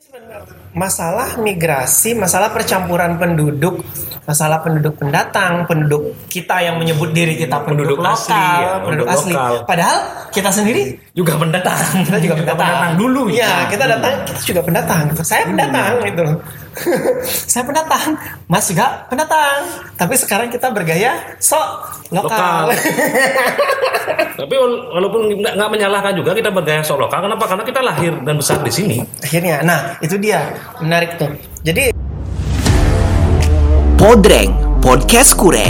Masalah migrasi, masalah percampuran penduduk, masalah penduduk pendatang, penduduk kita yang menyebut diri kita penduduk Asli, lokal, ya, penduduk asli. lokal. Padahal kita sendiri Juga pendatang. kita juga pendatang dulu. Ya, kita datang, kita juga pendatang. Saya pendatang itu. Saya pendatang, Mas juga pendatang. Tapi sekarang kita bergaya sok lokal. Tapi walaupun nggak menyalahkan juga kita bergaya sok lokal. Kenapa? Karena kita lahir dan besar di sini. Akhirnya, nah itu dia menarik tuh. Jadi Podreng, podcast kureng.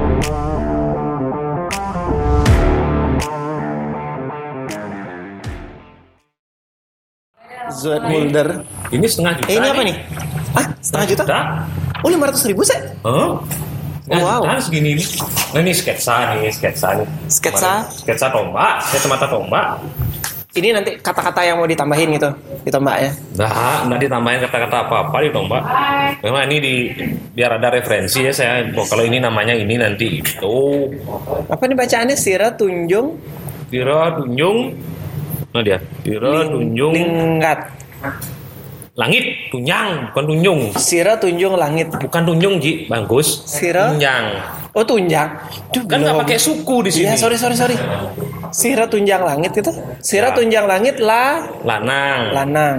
Zoet Mulder. Ini setengah juta. Ini apa nih? Ah, setengah juta? Oh, 500.000 sih? Oh, Wow. segini nih. Nah, ini sketsa nih. Sketsa? Sketsa tombak, sketsa mata tombak. Ini nanti kata-kata yang mau ditambahin gitu, ditambah ya. Nah, nggak ditambahin kata-kata apa-apa di tombak. Memang ini biar ada referensi ya saya. Kalau ini namanya ini nanti itu. Apa nih bacaannya? Sira Tunjung Tira tunjung. Nah dia. Tira tunjung. Linggat. Langit, tunjang, bukan tunjung. Sira Tunjung Langit. Bukan tunjung, Ji, bagus. Sira. Tunjang. Oh, tunjang. Duh, Kan nggak belum. pakai suku di sini. Iya, sorry. Sira Tunjang Langit itu. Sira Ya. Tunjang Langit Lanang. lanang.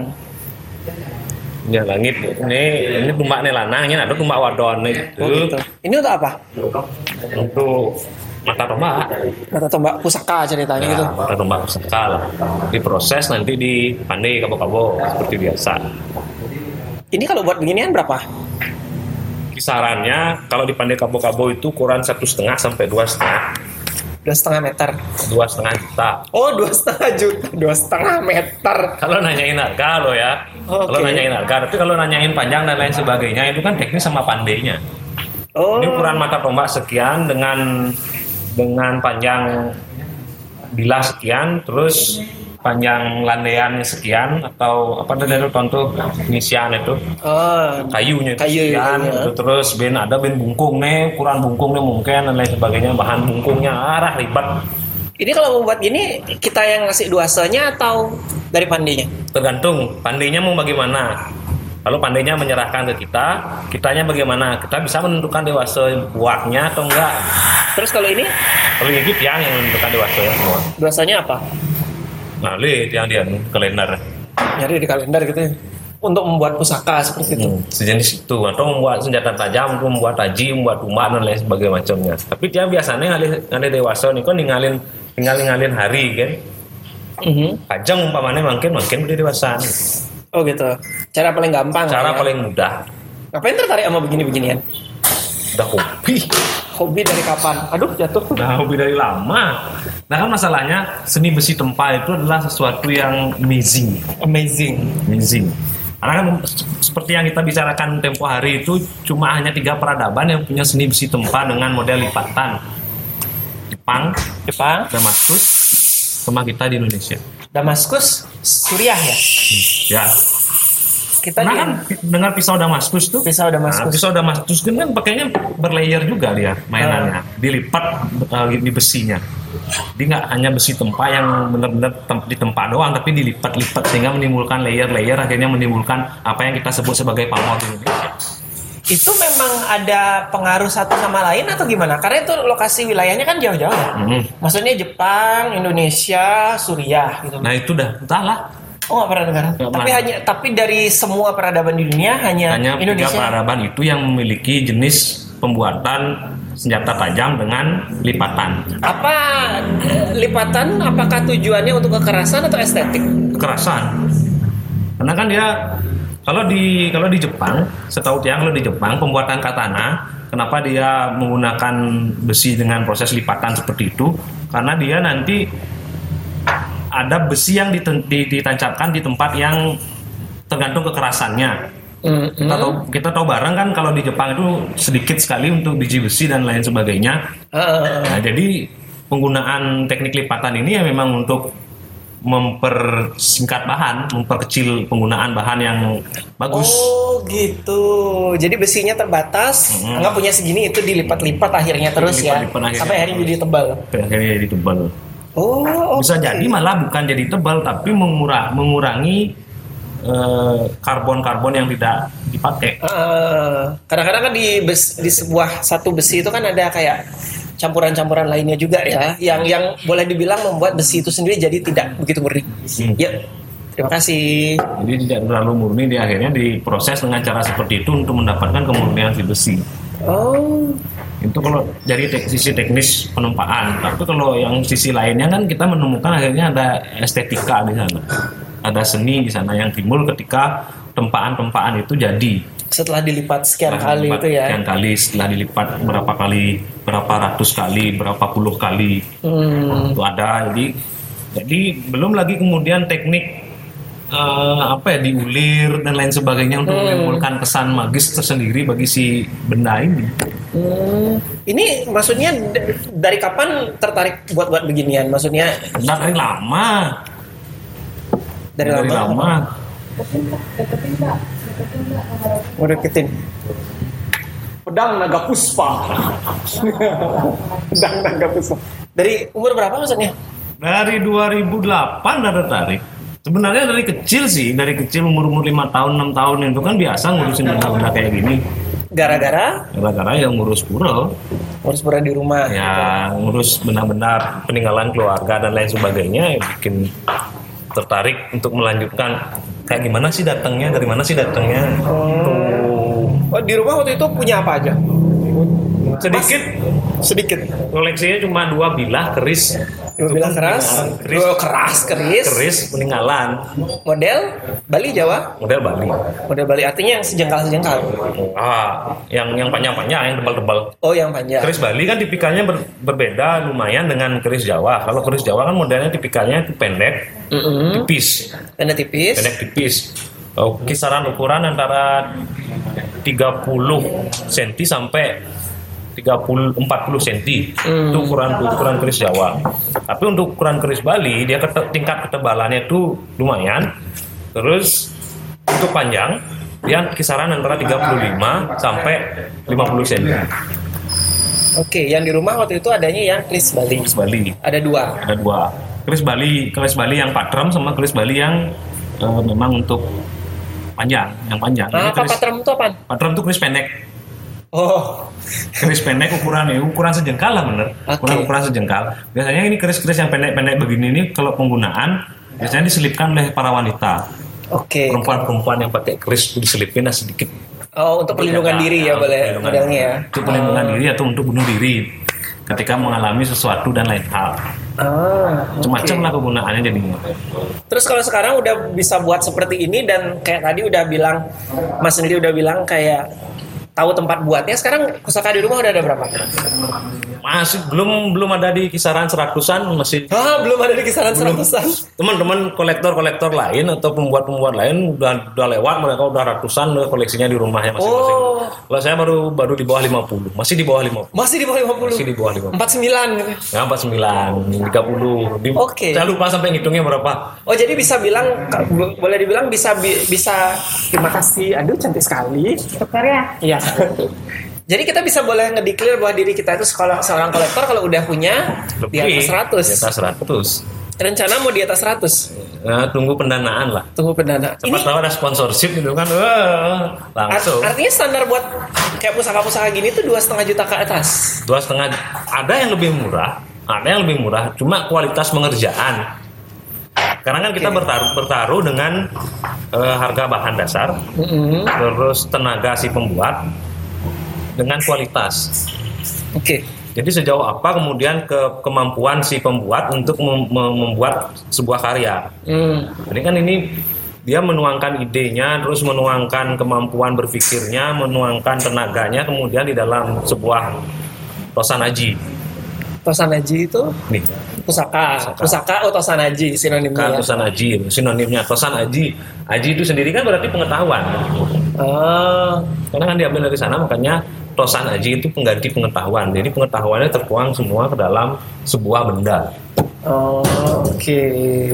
Ya langit. Ini tumbak nih lanang, ini ada tumbak wadon nih. Oh, gitu. Ini untuk apa? Untuk mata tombak. Mata tombak pusaka ceritanya gitu. Ya, mata tombak pusaka lah. Diproses nanti di pandai kabo-kabo seperti biasa. Ini kalau buat beginian berapa? Kisarannya kalau di pandai kabo-kabo itu ukuran 1,5 sampai 2,5. 2,5 meter. 2,5 juta. Oh, 2,5 juta. 2,5 meter. Kalau nanyain harga lo ya. Oke. Kalau nanyain harga, tapi kalau nanyain panjang dan lain sebagainya itu kan teknis sama pandainya. Oh. Ini ukuran mata tombak sekian dengan panjang bilah sekian, terus panjang landaiannya sekian atau apa tadi itu contoh pengisian itu Oh. kayunya itu Kayu, sekian, iya. itu terus ada bungkung nih, ukuran bungkungnya mungkin dan lain sebagainya, bahan bungkungnya ribet. Ini kalau membuat gini kita yang ngasih duasanya atau dari pandainya? Tergantung pandainya mau bagaimana. Kalau pandainya menyerahkan ke kita, kitanya bagaimana? Kita bisa menentukan dewasa buahnya atau enggak. Terus kalau ini Kalau ini yang menentukan dewasa ya semua. duasanya apa? Nah, lihat yang dia kalender. Nyari di kalender gitu ya. Untuk membuat pusaka seperti itu. Sejenis itu atau membuat senjata tajam, atau membuat taji, membuat tumbak dan lain sebagainya macamnya. Tapi dia biasanya ngalih dewasa nih kan ngalin hari kan. Kajang umpamanya makin beli dewasa. Oh gitu. Cara paling gampang. Cara ya. paling mudah. Ngapain tertarik sama begini-beginian? Udah hobi. Hobi dari kapan? Aduh, jatuh. Udah hobi dari lama. Nah kan masalahnya seni besi tempa itu adalah sesuatu yang amazing. Karena kan seperti yang kita bicarakan tempo hari itu cuma hanya 3 peradaban yang punya seni besi tempa dengan model lipatan. Jepang, Damaskus, sama kita di Indonesia. Damaskus, Suriah ya? Ya. Kita Nah kan dengar pisau Damaskus tuh. Pisau Damaskus. Nah, pisau Damaskus kan pakainya berlayer juga dia mainannya. Dilipat di besinya. Dia nggak hanya besi tempa yang benar-benar ditempa doang, tapi dilipat-lipat sehingga menimbulkan layer-layer, akhirnya menimbulkan apa yang kita sebut sebagai pamor di Indonesia. Itu memang ada pengaruh satu sama lain atau gimana? Karena itu lokasi wilayahnya kan jauh-jauh ya. Maksudnya Jepang, Indonesia, Suriah gitu. Nah itu entahlah. Oh, nggak pernah dengar. Tapi dari semua peradaban di dunia hanya 3 Indonesia. peradaban itu yang memiliki jenis pembuatan senjata tajam dengan lipatan. Apa lipatan? Apakah tujuannya untuk kekerasan atau estetik? Kekerasan. Karena kan dia kalau di Jepang, setahu tiang kalau di Jepang pembuatan katana, kenapa dia menggunakan besi dengan proses lipatan seperti itu? Karena dia nanti ada besi yang ditancapkan di tempat yang tergantung kekerasannya. Kita tahu bareng kan kalau di Jepang itu sedikit sekali untuk biji besi dan lain sebagainya. Nah, jadi penggunaan teknik lipatan ini ya memang untuk mempersingkat bahan, memperkecil penggunaan bahan yang bagus. Oh gitu. Jadi besinya terbatas, nggak punya segini itu dilipat-lipat akhirnya terus ya. Sampai akhirnya jadi tebal. Akhirnya jadi tebal. Oh. Bisa jadi malah bukan jadi tebal tapi mengurangi karbon-karbon yang tidak dipakai. Kadang-kadang kan di sebuah satu besi itu kan ada kayak campuran-campuran lainnya juga ya, yang boleh dibilang membuat besi itu sendiri jadi tidak begitu murni. Ya, terima kasih. Jadi tidak terlalu murni, di akhirnya diproses dengan cara seperti itu untuk mendapatkan kemurnian si besi. Oh, Itu kalau dari sisi teknis penempaan. Tapi kalau yang sisi lainnya kan kita menemukan akhirnya ada estetika di sana, ada seni di sana yang timbul ketika tempaan-tempaan itu jadi. setelah dilipat sekian kali itu ya. Sekian kali, setelah dilipat berapa kali, berapa ratus kali, berapa puluh kali, itu ada. Jadi belum lagi kemudian teknik diulir dan lain sebagainya untuk menimbulkan kesan magis tersendiri bagi si benda ini. Ini maksudnya dari kapan tertarik buat beginian? Maksudnya Dari lama. dari lama. Mau deketin. Pedang naga puspa. Pedang naga puspa. Dari umur berapa maksudnya? Dari 2008 udah tertarik. Sebenarnya dari kecil sih, dari kecil umur 5 tahun, 6 tahun itu kan biasa ngurusin benda-benda kayak gini. Gara-gara Ya ngurus pura. ngurus pura di rumah. Ya ngurus benda-benda peninggalan keluarga dan lain sebagainya, ya bikin tertarik untuk melanjutkan kayak gimana sih datangnya, dari mana sih datangnya. Oh, di rumah waktu itu punya apa aja? Sedikit. Koleksinya cuma 2 bilah keris. Dua bilang keras. Keris peninggalan. Model Bali Jawa. Model Bali. Model Bali artinya yang sejengkal. Yang panjang-panjang, yang tebal-tebal. Oh, yang panjang. Keris Bali kan tipikalnya berbeda lumayan dengan keris Jawa. Kalau keris Jawa kan modelnya tipikalnya itu pendek, tipis. Pendek tipis. Kisaran ukuran antara 30 cm sampai 40 cm. Itu ukuran keris Jawa. Tapi untuk ukuran keris Bali dia tingkat ketebalannya itu lumayan. Terus untuk panjang dia kisaran antara 35 sampai 50 cm. Oke, yang di rumah waktu itu adanya yang keris Bali. Keris Bali. Ada dua. Keris Bali yang patrem sama keris Bali yang memang untuk panjang, yang panjang. Apa patrem itu apa? Patrem itu keris pendek. Oh, Keris pendek ukuran sejengkal lah bener. Ukuran sejengkal. Biasanya ini keris-keris yang pendek-pendek begini ini kalau penggunaan biasanya diselipkan oleh para wanita. Oke. Perempuan-perempuan yang pakai keris diselipin sedikit. Oh, untuk perlindungan diri ya boleh modelnya ya. Untuk perlindungan diri atau untuk bunuh diri ketika mengalami sesuatu dan lain hal. Macam-macam lah kegunaannya jadinya. Terus kalau sekarang udah bisa buat seperti ini dan kayak tadi udah bilang Mas sendiri udah bilang kayak tahu tempat buatnya, sekarang pusaka di rumah udah ada berapa? Masih belum ada di kisaran 100-an masih. Belum ada di kisaran 100-an. Teman-teman kolektor lain atau pembuat lain udah lewat, mereka udah ratusan koleksinya di rumahnya masing-masing. Kalau saya baru di bawah 50, masih di bawah 50. Masih di bawah 50. Masih di bawah 50. 49 gitu. Ya 49, 30. Oke. Saya lupa sampai ngitungnya berapa. Oh, jadi bisa bilang boleh dibilang bisa terima kasih. Aduh, cantik sekali. Dokter ya? Iya. Jadi kita bisa boleh ngedeklar bahwa diri kita itu seorang kolektor kalau udah punya di atas 100. Di atas 100. Rencana mau di atas 100. Nah, tunggu pendanaan lah. Tunggu pendanaan. Cepat tahu ada sponsorship gitu kan. Langsung. Artinya standar buat kayak pusaka-pusaka gini tuh 2,5 juta ke atas. 2,5. Ada yang lebih murah. Cuma kualitas pengerjaan. Karena kan kita bertaruh dengan harga bahan dasar, terus tenaga si pembuat, dengan kualitas. Oke. Jadi sejauh apa kemudian kemampuan si pembuat untuk membuat sebuah karya. Jadi kan ini dia menuangkan idenya, terus menuangkan kemampuan berpikirnya, menuangkan tenaganya kemudian di dalam sebuah tosanaji. Tosanaji itu Nih, pusaka tosanaji sinonimnya. Tosanaji, sinonimnya tosanaji. Aji itu sendiri kan berarti pengetahuan. Karena kan diambil dari sana, makanya tosanaji itu pengganti pengetahuan. Jadi pengetahuannya tertuang semua ke dalam sebuah benda. Oke.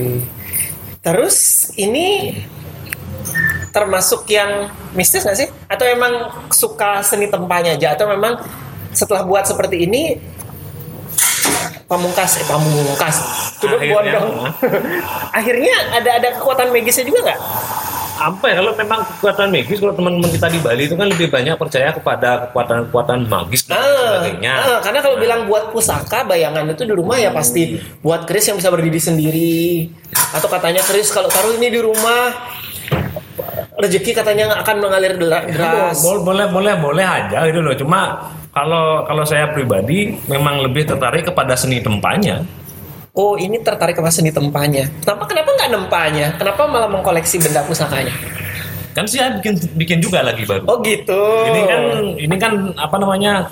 Terus ini termasuk yang mistis nggak sih? Atau emang suka seni tempanya aja? Atau memang setelah buat seperti ini pamungkas Akhirnya dong. Akhirnya ada kekuatan magisnya juga nggak? apa ya, kalau memang kekuatan magis, kalau teman-teman kita di Bali itu kan lebih banyak percaya kepada kekuatan magis dan sebagainya. Karena kalau bilang buat pusaka, bayangan itu di rumah ya pasti buat keris yang bisa berdiri sendiri, atau katanya keris kalau taruh ini di rumah rezeki katanya nggak akan mengalir deras. Boleh aja gitu loh. Cuma kalau saya pribadi memang lebih tertarik kepada seni tempanya. Oh, ini tertarik sama seni tempanya. Kenapa nggak nempanya? Kenapa malah mengkoleksi benda pusakanya? Kan sih saya bikin juga lagi baru. Oh gitu. Ini kan apa namanya?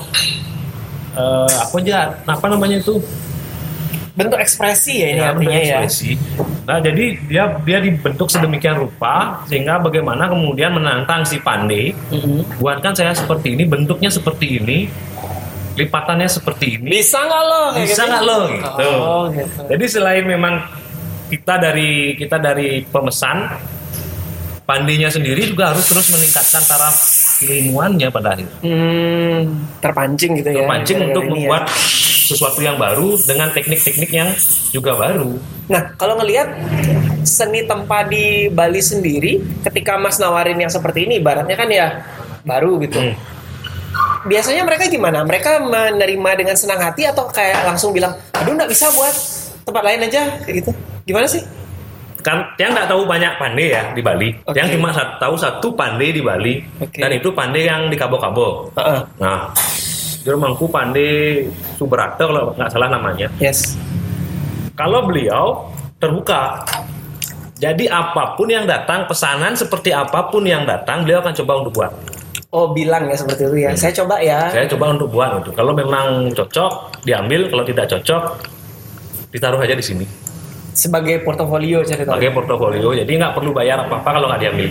Apa namanya itu? Bentuk ekspresi ya ini Ya, artinya ya. ekspresi. Nah, jadi dia dibentuk sedemikian rupa sehingga bagaimana kemudian menantang si pandai. Buatkan saya seperti ini, bentuknya seperti ini, lipatannya seperti ini. Bisa nggak lo? Bisa nggak lo? Gitu. Oh, gitu. Jadi selain memang kita dari pemesan, pandainya sendiri juga harus terus meningkatkan taraf keilmuannya pada akhirnya. Terpancing gitu ya. Terpancing Gara-gara untuk ini membuat sesuatu yang baru dengan teknik-teknik yang juga baru. Nah, kalau ngelihat seni tempa di Bali sendiri, ketika Mas nawarin yang seperti ini, ibaratnya kan ya baru gitu. Biasanya mereka gimana? Mereka menerima dengan senang hati atau kayak langsung bilang, aduh nggak bisa buat tempat lain aja, kayak gitu? Gimana sih? Kan yang nggak tahu banyak pandai ya di Bali. Okay. Yang cuma tahu satu pandai di Bali. Okay. Dan itu pandai yang di Kabo-Kabo. Nah, dia Mangku Pandai Subrata kalau nggak salah namanya. Yes. Kalau beliau terbuka, jadi apapun yang datang, pesanan seperti apapun yang datang, beliau akan coba untuk buat. Oh, bilang ya seperti itu ya. Saya coba ya. Saya coba untuk buat itu. Kalau memang cocok, diambil. Kalau tidak cocok, ditaruh aja di sini. Sebagai portofolio cerita. Sebagai portofolio, jadi nggak perlu bayar apa-apa kalau nggak diambil.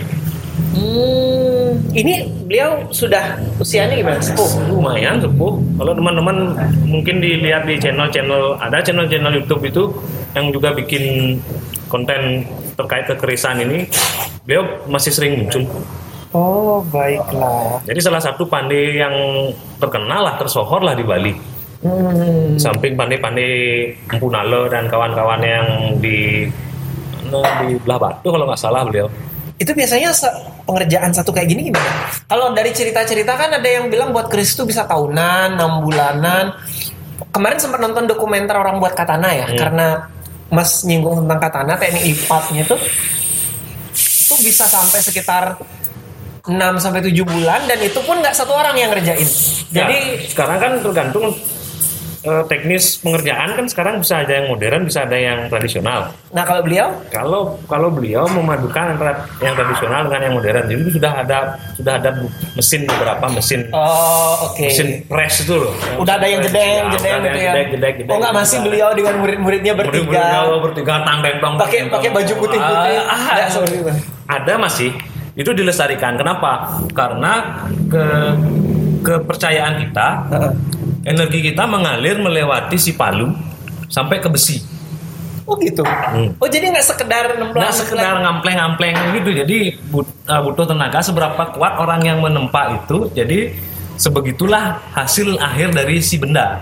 Ini beliau sudah usianya gimana? Sepuh? Lumayan sepuh. Kalau teman-teman mungkin dilihat di channel-channel, ada channel-channel YouTube itu yang juga bikin konten terkait kekerisan ini, beliau masih sering muncul. Oh, baiklah. Jadi salah satu pandai yang terkenal lah, tersohor lah di Bali. Samping pandai-pandai Empu Nale dan kawan-kawan yang di Belah Batu kalau nggak salah beliau. Itu biasanya pengerjaan satu kayak gini gimana? Kalau dari cerita-cerita kan ada yang bilang buat keris itu bisa tahunan, 6 bulanan. Kemarin sempat nonton dokumenter orang buat katana ya, karena Mas nyinggung tentang katana, teknik lipatnya itu bisa sampai sekitar 6-7 bulan dan itu pun nggak satu orang yang ngerjain. Jadi sekarang kan tergantung teknis pengerjaan kan sekarang bisa ada yang modern, bisa ada yang tradisional. Nah, kalau beliau? Kalau beliau memadukan antara yang tradisional dengan yang modern. Jadi sudah ada mesin, beberapa mesin. Oh, oke. Mesin press itu loh. Udah ada yang jedeng gitu ya. Oh, enggak, masih beliau dengan murid-muridnya bertiga tang-teng-tong. Pakai baju putih-putih. Enggak seperti itu. Ada masih. Itu dilestarikan. Kenapa? Karena kepercayaan kita, energi kita mengalir melewati si palu sampai ke besi. Oh gitu. Oh, jadi nggak sekedar ngampleng gitu. Jadi butuh tenaga seberapa kuat orang yang menempa itu. Jadi sebegitulah hasil akhir dari si benda.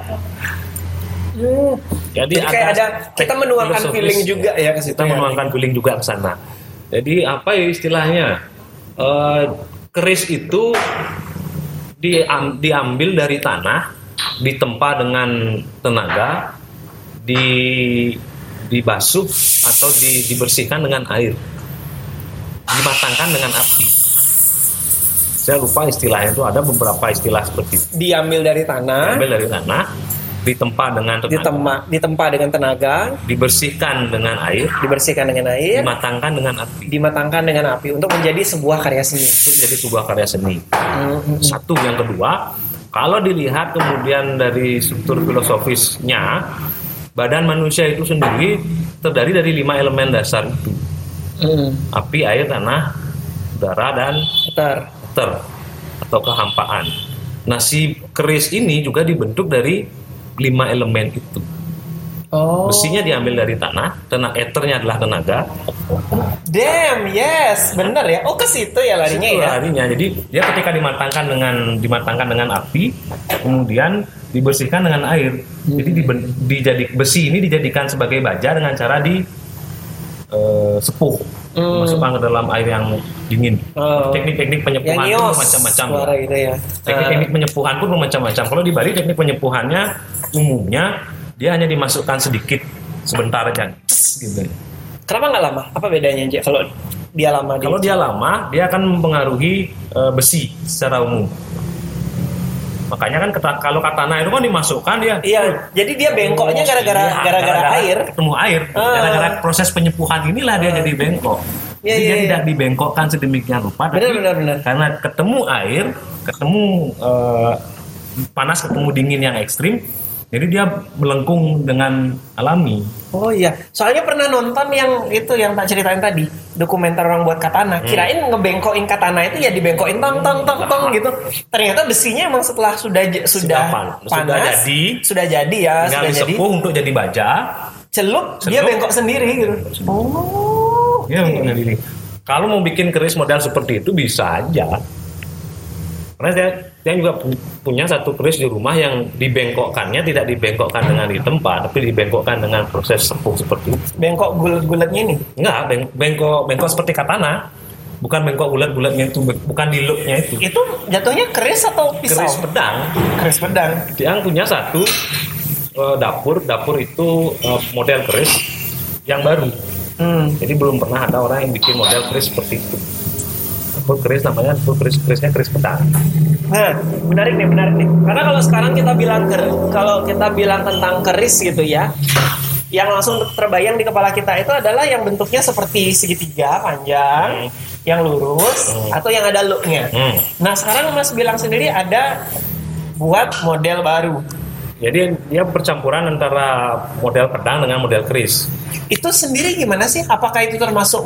Jadi kayak ada kita menuangkan feeling juga ya ke situ. Kita menuangkan feeling juga ke sana. Jadi apa ya istilahnya? Keris itu diambil dari tanah, ditempa dengan tenaga, dibasuh atau dibersihkan dengan air, dimatangkan dengan api. Saya lupa istilahnya itu, ada beberapa istilah seperti itu. Diambil dari tanah, ditempa dengan tenaga, dibersihkan dengan air, dimatangkan dengan api untuk menjadi sebuah karya seni. Satu. Yang kedua, kalau dilihat kemudian dari struktur filosofisnya, badan manusia itu sendiri terdiri dari 5 elemen dasar itu. Api, air, tanah, udara, dan ether atau kehampaan. Nah, si keris ini juga dibentuk dari 5 elemen itu. Besinya diambil dari tanah, ethernya adalah tenaga. Damn, yes, benar ya. Oh, ke situ ya larinya ya. Larinya. Jadi dia ketika dimatangkan dengan api, kemudian dibersihkan dengan air. Jadi besi ini dijadikan sebagai baja dengan cara sepuh. Dimasukkan ke dalam air yang dingin. Teknik-teknik penyepuhan Yang pun ios, macam-macam. suara gitu ya. Teknik-teknik penyepuhan pun macam-macam. Kalau di Bali teknik penyepuhannya umumnya dia hanya dimasukkan sedikit sebentar aja, gitu. Kenapa nggak lama? Apa bedanya aja kalau dia lama? Kalau dia lama, dia akan mempengaruhi besi secara umum. Makanya kan kalau katana itu kan dimasukkan dia. Iya, jadi dia bengkoknya gara-gara air. Ketemu air. Gara-gara proses penyepuhan inilah dia jadi bengkok. Iya, Jadi iya, dia iya. tidak dibengkokkan sedemikian rupa. Benar. Karena ketemu air, ketemu panas, ketemu dingin yang ekstrim, jadi dia melengkung dengan alami. Oh iya, soalnya pernah nonton yang itu yang tak ceritain tadi, dokumenter orang buat katana. Kirain ngebengkokin katana itu ya dibengkokin tong gitu. Ternyata besinya emang setelah sudah panas, sudah jadi ya, Tinggal sudah jadi. disepuh untuk jadi baja. Celup, dia bengkok sendiri gitu. Oh. Ya, untuk sendiri. Kalau mau bikin keris model seperti itu bisa aja. Karena saya juga punya satu keris di rumah yang dibengkokkannya tidak dibengkokkan dengan di tempat, tapi dibengkokkan dengan proses sepuh seperti itu. Bengkok gulet-guletnya ini? Enggak, bengkok seperti katana. Bukan bengkok bulat-bulatnya itu, bukan di loopnya itu. Itu jatuhnya keris atau pisau? Keris pedang. Keris pedang. Yang punya satu dapur itu model keris yang baru. Jadi belum pernah ada orang yang bikin model keris seperti itu. Dapur keris namanya kerisnya keris pedang. Nah, menarik nih. Karena kalau sekarang kita bilang tentang keris gitu ya, yang langsung terbayang di kepala kita itu adalah yang bentuknya seperti segitiga panjang, yang lurus, atau yang ada loopnya. Nah, sekarang Mas bilang sendiri ada buat model baru. Jadi dia percampuran antara model pedang dengan model keris. Itu sendiri gimana sih? Apakah itu termasuk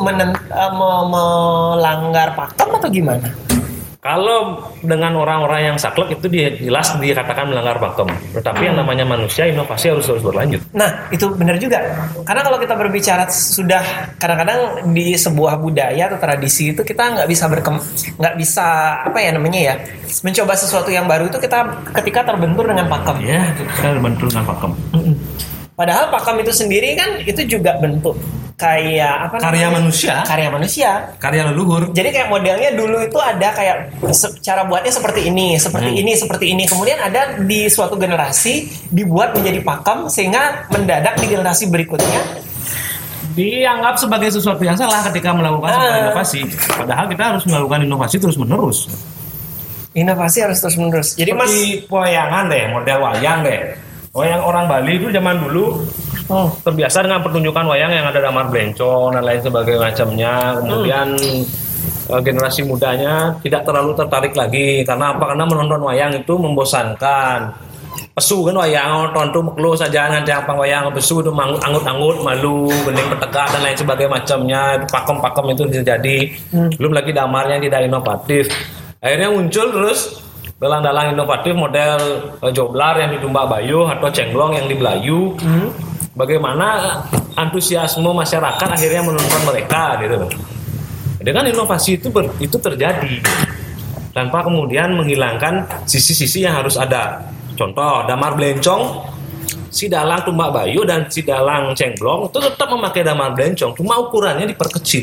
melanggar pakem atau gimana? Kalau dengan orang-orang yang saklek itu dia jelas dikatakan melanggar pakem. Tetapi yang namanya manusia, inovasi harus terus berlanjut. Nah, itu benar juga. Karena kalau kita berbicara sudah kadang-kadang di sebuah budaya atau tradisi itu kita nggak bisa mencoba sesuatu yang baru itu ketika terbentur dengan pakem. Ya, kita terbentur dengan pakem. Padahal pakem itu sendiri kan itu juga bentuk kayak Karya manusia. Karya leluhur. Jadi kayak modelnya dulu itu ada kayak cara buatnya seperti ini. Kemudian ada di suatu generasi dibuat menjadi pakem sehingga mendadak di generasi berikutnya dianggap sebagai sesuatu yang salah ketika melakukan sebuah inovasi. Padahal kita harus melakukan inovasi terus-menerus. Inovasi harus terus-menerus. Jadi seperti wayangan deh, model wayang deh. Wayang orang Bali itu zaman dulu terbiasa dengan pertunjukan wayang yang ada damar blencong dan lain sebagainya macamnya. Kemudian generasi mudanya tidak terlalu tertarik lagi karena apa? Karena menonton wayang itu membosankan. Pesu kan wayang nonton meklo saja nanti apa wayang pesu itu anggut-anggut malu, bening petegak dan lain sebagainya macamnya. Itu pakem-pakem itu terjadi. Belum lagi damarnya tidak inovatif. Akhirnya muncul terus dalang-dalang inovatif model joblar yang di Tumba Bayu atau cengglong yang di Belayu. Bagaimana antusiasme masyarakat akhirnya menonton mereka gitu. Dengan inovasi itu terjadi tanpa kemudian menghilangkan sisi-sisi yang harus ada. Contoh damar blencong, si dalang Tumba Bayu dan si dalang cengglong itu tetap memakai damar blencong, cuma ukurannya diperkecil.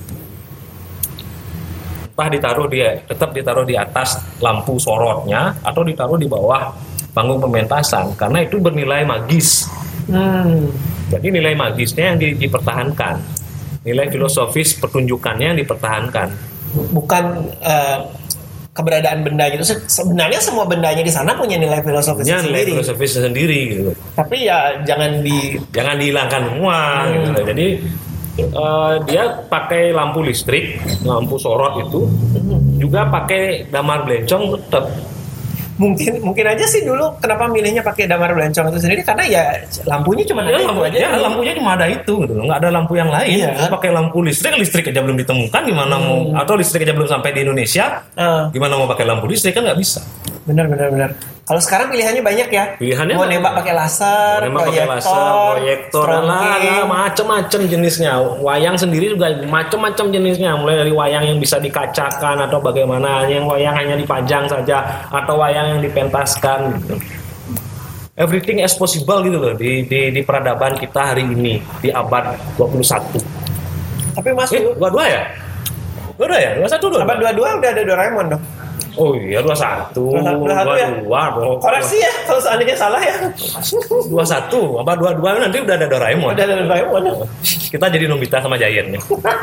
Tetap ditaruh di atas lampu sorotnya atau ditaruh di bawah panggung pementasan karena itu bernilai magis. Jadi nilai magisnya yang dipertahankan, nilai filosofis pertunjukannya yang dipertahankan. Bukan keberadaan benda itu. Sebenarnya semua bendanya di sana punya nilai filosofisnya nilai sendiri. filosofis sendiri gitu. Tapi ya jangan dihilangkan semua. Gitu. Jadi dia pakai lampu listrik, lampu sorot itu juga pakai damar blencong tetap. Mungkin aja sih dulu kenapa milihnya pakai damar blencong itu sendiri karena ya lampunya cuma ada itu aja. Ya, lampunya cuma ada itu gitu, nggak ada lampu yang lain. Iya. Pakai lampu listrik aja belum ditemukan gimana mau, atau listrik aja belum sampai di Indonesia, gimana mau pakai lampu listrik kan nggak bisa. Benar. Kalau sekarang pilihannya banyak ya. Pilihannya mau nembak pakai laser, proyektor, lah macam-macam jenisnya. Wayang sendiri juga macam-macam jenisnya. Mulai dari wayang yang bisa dikacakan atau bagaimana, yang wayang hanya dipajang saja atau wayang yang dipentaskan. Gitu. Everything is possible gitu loh di peradaban kita hari ini di abad 21. Tapi Mas dulu Dua-dua ya? Dua-dua ya? 21 apa dua-dua udah ada Doraemon dong. Oh iya 21. 21 ya? 22 dong. Koreksi ya kalau seandainya salah ya. 21 apa 22 nanti udah ada Doraemon. Udah ada Doraemon. Kita jadi Nobita sama Giant nih.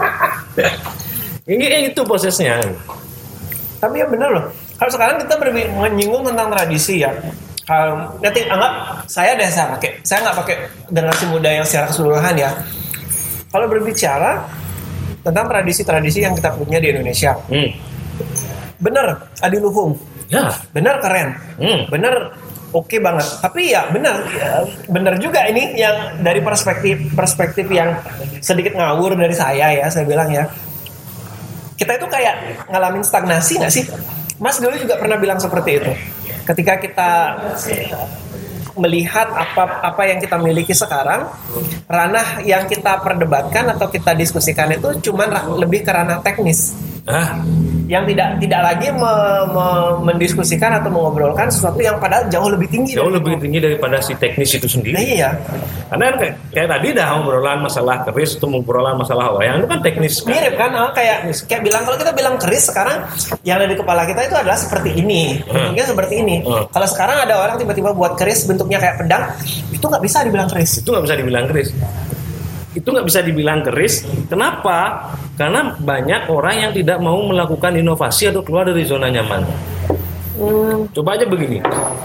Ini itu prosesnya. Tapi ya benar loh. Kalau sekarang kita menyinggung tentang tradisi ya. Kalau nanti anggap saya nggak pakai generasi muda yang secara keseluruhan ya. Kalau berbicara tentang tradisi-tradisi yang kita punya di Indonesia, bener adiluhung, Ya. bener keren, bener oke banget. Tapi ya bener juga ini yang dari perspektif yang sedikit ngawur dari saya bilang ya. Kita itu kayak ngalamin stagnasi nggak sih? Mas dulu juga pernah bilang seperti itu. Ketika kita melihat apa yang kita miliki sekarang, ranah yang kita perdebatkan atau kita diskusikan itu cuman lebih ke ranah teknis. Yang tidak lagi mendiskusikan atau mengobrolkan sesuatu yang padahal jauh lebih tinggi. Jauh lebih tinggi daripada si teknis itu sendiri. Nah, iya. Karena kan kayak tadi dah obrolan masalah keris atau obrolan masalah wayang itu kan teknis kan. Mirip kan, kayak bilang kalau kita bilang keris sekarang yang ada di kepala kita itu adalah seperti ini, bentuknya seperti ini. Kalau sekarang ada orang tiba-tiba buat keris bentuknya kayak pedang, itu nggak bisa dibilang keris. Itu nggak bisa dibilang keris. Itu nggak bisa dibilang keris. Kenapa? Karena banyak orang yang tidak mau melakukan inovasi atau keluar dari zona nyaman. Coba aja begini.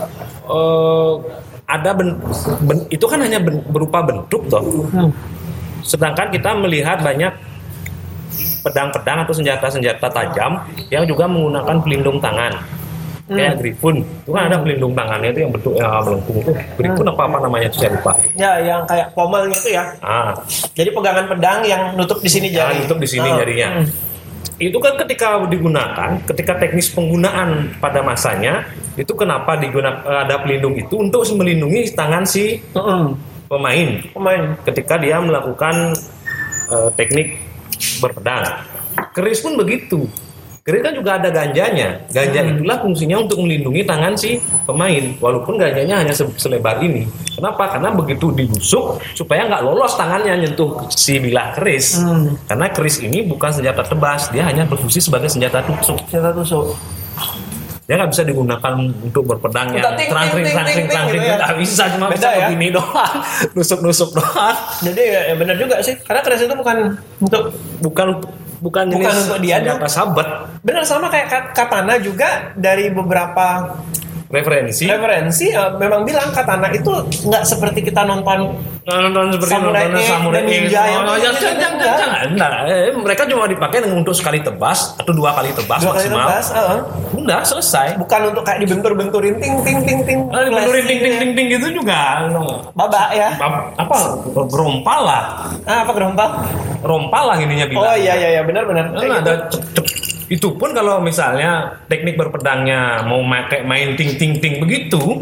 Ada itu kan hanya berupa bentuk toh. Sedangkan kita melihat banyak pedang-pedang atau senjata-senjata tajam yang juga menggunakan pelindung tangan. Kayak Griffon, itu kan ada pelindung tangannya itu yang bentuknya melengkung itu. Griffon apa namanya itu saya lupa. Ya, yang kayak pomelnya itu ya. Jadi pegangan pedang yang nutup di sini jari. Nutup di sini jarinya. Itu kan ketika digunakan, ketika teknis penggunaan pada masanya, itu kenapa ada pelindung itu untuk melindungi tangan si pemain. Ketika dia melakukan teknik berpedang. Keris pun begitu. Keris kan juga ada ganjanya. Ganja itulah fungsinya untuk melindungi tangan si pemain. Walaupun ganjanya hanya selebar ini. Kenapa? Karena begitu digusuk supaya nggak lolos tangannya nyentuh si bilah keris. Karena keris ini bukan senjata tebas. Dia hanya berfungsi sebagai senjata tusuk. Dia nggak bisa digunakan untuk berpedang yang trangkring gitu ya. Nggak bisa, cuma bisa begini doang. Nusuk doang. Jadi ya benar juga sih. Karena keris itu bukan jenis untuk diadu. Senjata sabet. Benar, sama kayak katana juga dari beberapa referensi memang bilang katana itu nggak seperti kita nonton seperti samurai ninja yang mereka cuma dipakai untuk sekali tebas atau 2 kali tebas maksimal. Udah selesai. Bukan untuk kayak dibentur-benturin ting dibenturin ting gitu juga. Babak ya. Apa gerompal lah. Apa gerompal? Rompal lah ininya bilang. Oh iya benar. Ada itu pun kalau misalnya teknik berpedangnya mau main ting begitu,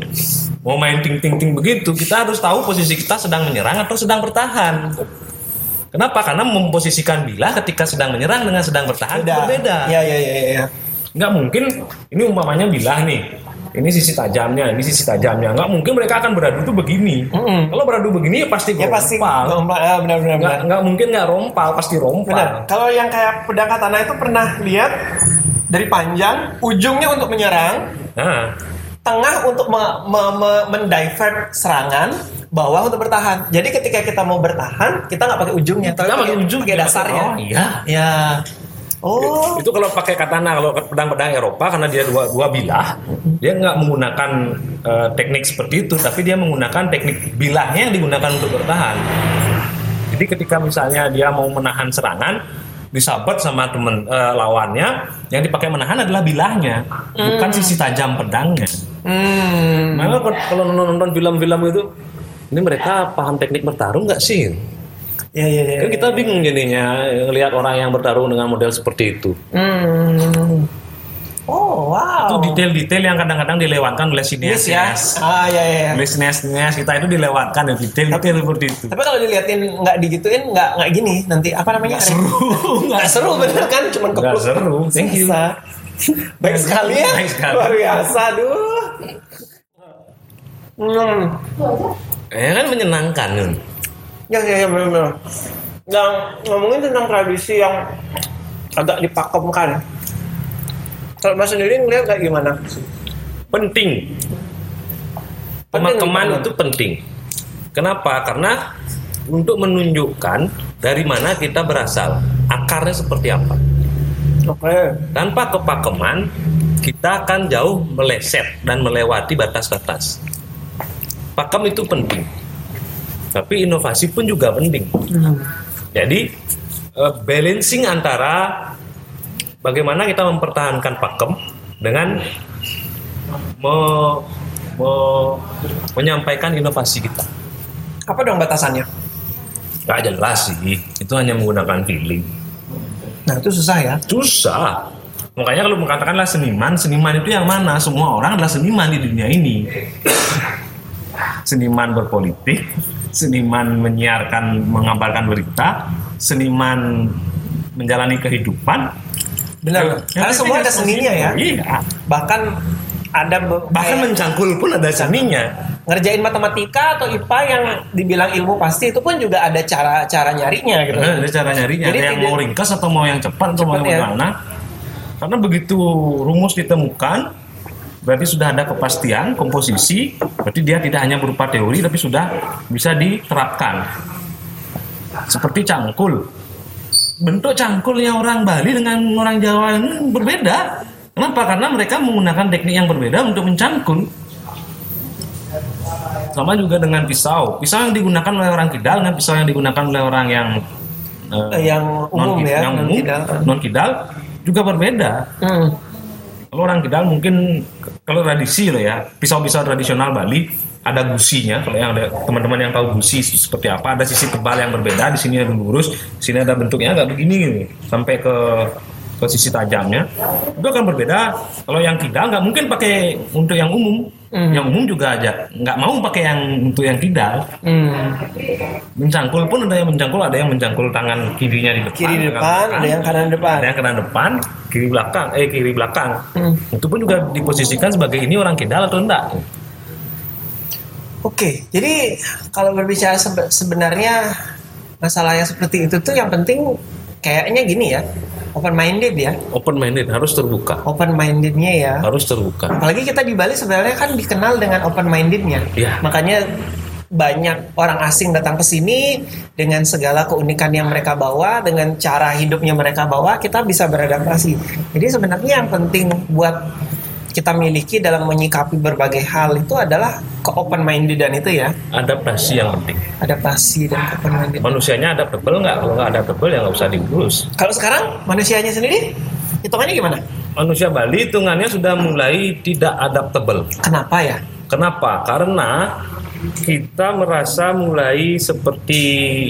kita harus tahu posisi kita sedang menyerang atau sedang bertahan. Kenapa? Karena memposisikan bilah ketika sedang menyerang dengan sedang bertahan berbeda. Iya. Nggak mungkin ini umpamanya bilah nih. Ini sisi tajamnya. Nggak mungkin mereka akan beradu tuh begini. Kalau beradu begini ya pasti rompal. Benar. Nggak mungkin nggak rompal, pasti rompal. Benar. Kalau yang kayak pedang katana itu pernah lihat dari panjang, ujungnya untuk menyerang, tengah untuk mendivert serangan, bawah untuk bertahan. Jadi ketika kita mau bertahan, kita nggak pakai ujungnya, kita pakai dasarnya. Oh iya. Ya. Oh. Itu kalau pakai katana, kalau pedang-pedang Eropa karena dia dua bilah, dia nggak menggunakan teknik seperti itu, tapi dia menggunakan teknik bilahnya yang digunakan untuk bertahan. Jadi ketika misalnya dia mau menahan serangan, disabet sama lawannya, yang dipakai menahan adalah bilahnya, bukan sisi tajam pedangnya. Maka kalau nonton film-film itu, ini mereka paham teknik bertarung nggak sih? Ya. Kan kita bingung jadinya ngelihat orang yang bertarung dengan model seperti itu. Oh wow. Itu detail-detail yang kadang-kadang dilewatkan oleh sineas. Ya. Iya. Oleh sineas kita itu dilewatkan ya, detail seperti itu. Tapi kalau diliatin nggak digituin nggak gini nanti apa namanya? Nggak seru bener kan? Cuman kepluk. Nggak seru. Thank you. Baik sekali ya. Luar biasa, aduh. Kan menyenangkan kan. Ya benar. yang ngomongin tentang tradisi yang agak dipakemkan. Kalau Mas sendiri ngeliat kayak gimana? Penting. Pemakaman itu penting. Kenapa? Karena untuk menunjukkan dari mana kita berasal, akarnya seperti apa. Oke. Tanpa kepakaman, kita akan jauh meleset dan melewati batas-batas. Pakem itu penting, tapi inovasi pun juga penting. Jadi balancing antara bagaimana kita mempertahankan pakem dengan menyampaikan inovasi kita. Apa dong batasannya? Gak jelas sih, itu hanya menggunakan feeling. Nah itu susah ya. Susah. Makanya kalau mengatakanlah seniman itu yang mana? Semua orang adalah seniman di dunia ini. Seniman berpolitik, seniman menyiarkan, mengabarkan berita, seniman menjalani kehidupan. Benar. Karena semua ada seninya ya. Iya. Bahkan ada Bahkan mencangkul pun ada seninya. ngerjain matematika atau IPA yang dibilang ilmu pasti itu pun juga ada cara nyarinya gitu. Ada cara nyarinya. Jadi ada yang mau ringkas atau mau yang cepat atau mau yang bagaimana. Karena begitu rumus ditemukan, berarti sudah ada kepastian komposisi. Berarti dia tidak hanya berupa teori, tapi sudah bisa diterapkan. Seperti cangkul. Bentuk cangkulnya orang Bali dengan orang Jawa ini berbeda. Kenapa? Karena mereka menggunakan teknik yang berbeda untuk mencangkul. Sama juga dengan pisau. Pisau yang digunakan oleh orang Kidal dengan pisau yang digunakan oleh orang yang umum ya, non Kidal juga berbeda. Kalau orang Kidal mungkin kalau tradisi loh ya, pisau-pisau tradisional Bali ada gusinya. Kalau yang ada teman-teman yang tahu gusi seperti apa, ada sisi tebal yang berbeda. Di sini ada lurus, di sini ada bentuknya agak begini gitu, sampai ke sisi tajamnya. Itu akan berbeda. Kalau yang Kidal nggak mungkin pakai untuk yang umum. Yang umum juga aja nggak mau pakai yang untuk yang Kidal. Mencangkul pun ada yang mencangkul tangan kirinya di depan. Kiri depan, ada yang kanan depan. Ada yang kanan depan, kiri belakang. Itu pun juga diposisikan sebagai ini orang Kidal atau enggak. Oke, jadi kalau berbicara sebenarnya masalah yang seperti itu tuh yang penting kayaknya gini ya, open minded ya. Open minded harus terbuka. Open mindednya ya. Harus terbuka. Apalagi kita di Bali sebenarnya kan dikenal dengan open mindednya. Ya. Makanya banyak orang asing datang ke sini dengan segala keunikan yang mereka bawa, dengan cara hidupnya mereka bawa, kita bisa beradaptasi. Jadi sebenarnya yang penting buat kita miliki dalam menyikapi berbagai hal itu adalah ke-open mindedan itu ya. Adaptasi yang penting. Adaptasi dan open minded. Manusianya adaptable nggak? Kalau nggak adaptable ya nggak usah diurus. Kalau sekarang manusianya sendiri hitungannya gimana? Manusia Bali hitungannya sudah mulai tidak adaptable. Kenapa ya? Kenapa? Karena kita merasa mulai seperti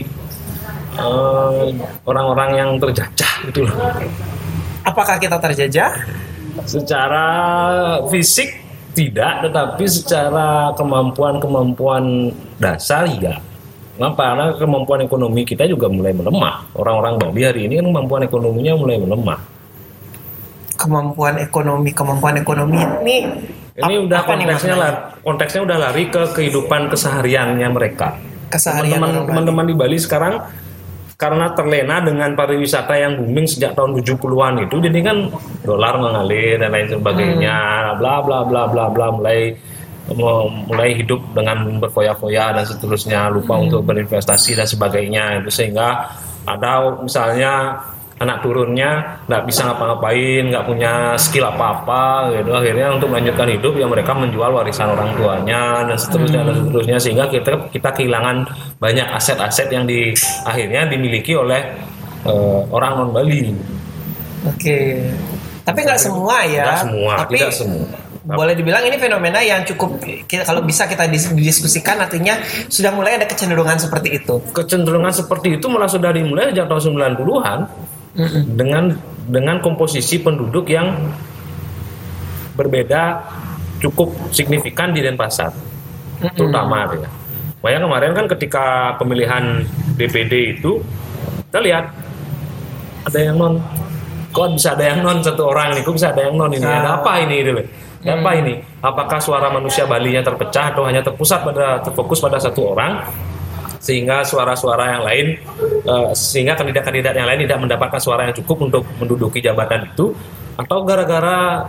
orang-orang yang terjajah gitu loh. Apakah kita terjajah? Secara fisik tidak, tetapi secara kemampuan dasar iya. Kenapa? Karena kemampuan ekonomi kita juga mulai melemah. Orang-orang Bali hari ini kan kemampuan ekonominya mulai melemah. Kemampuan ekonomi ini udah konteksnya udah lari ke kehidupan kesehariannya mereka. Teman-teman di Bali sekarang karena terlena dengan pariwisata yang booming sejak tahun 70-an itu, jadi kan dolar mengalir dan lain sebagainya, bla bla bla bla bla, mulai hidup dengan berfoya-foya dan seterusnya, lupa untuk berinvestasi dan sebagainya. Itu sehingga ada misalnya anak turunnya nggak bisa ngapa-ngapain, nggak punya skill apa-apa gitu, akhirnya untuk melanjutkan hidup ya mereka menjual warisan orang tuanya dan seterusnya sehingga kita kehilangan banyak aset-aset yang akhirnya dimiliki oleh orang non Bali. Oke. Tapi nggak semua ya. Tidak semua. Boleh dibilang ini fenomena yang cukup kalau bisa kita didiskusikan, artinya sudah mulai ada kecenderungan seperti itu. Kecenderungan seperti itu malah sudah dimulai sejak tahun 90-an. Dengan komposisi penduduk yang berbeda cukup signifikan di Denpasar, terutama ya. Bayang kemarin kan ketika pemilihan DPD itu kita lihat ada yang non, kok bisa ada yang non satu orang nih, kok bisa ada yang non ini, ada apa ini gitu loh. Apa ini? Apakah suara manusia Bali-nya terpecah atau hanya terfokus pada satu orang? sehingga suara-suara yang lain, sehingga kandidat-kandidat yang lain tidak mendapatkan suara yang cukup untuk menduduki jabatan itu, atau gara-gara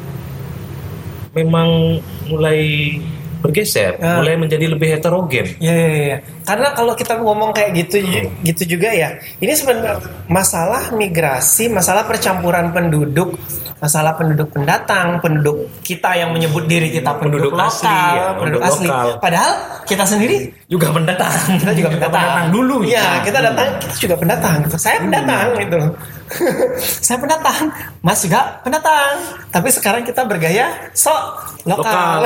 memang mulai bergeser, mulai menjadi lebih heterogen. Ya. Karena kalau kita ngomong kayak gitu juga ya, ini sebenarnya masalah migrasi, masalah percampuran penduduk, masalah penduduk pendatang, penduduk kita yang menyebut diri kita penduduk lokal, penduduk asli. Padahal kita sendiri juga pendatang. Kita juga pendatang dulu. Ya, kita datang, kita juga pendatang. Saya pendatang gitu. Saya pendatang, Mas juga pendatang. Tapi sekarang kita bergaya sok lokal.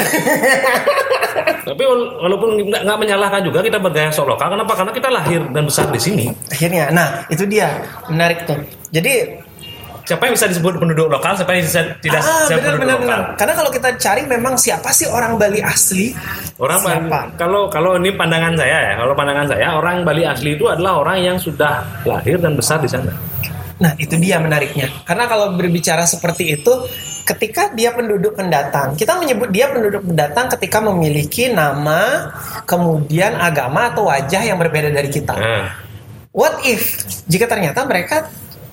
Tapi walaupun nggak menyalahkan juga kita bergaya sok lokal. Kenapa? Karena kita lahir dan besar di sini. Akhirnya, nah itu dia menarik tuh. Jadi siapa yang bisa disebut penduduk lokal, siapa yang tidak penduduk lokal? Karena kalau kita cari memang siapa sih orang Bali asli? Orang siapa? Kalau ini pandangan saya ya, kalau pandangan saya orang Bali asli itu adalah orang yang sudah lahir dan besar di sana. Nah itu dia menariknya. Karena kalau berbicara seperti itu, ketika dia penduduk pendatang, kita menyebut dia penduduk pendatang ketika memiliki nama, kemudian agama atau wajah yang berbeda dari kita. What if jika ternyata mereka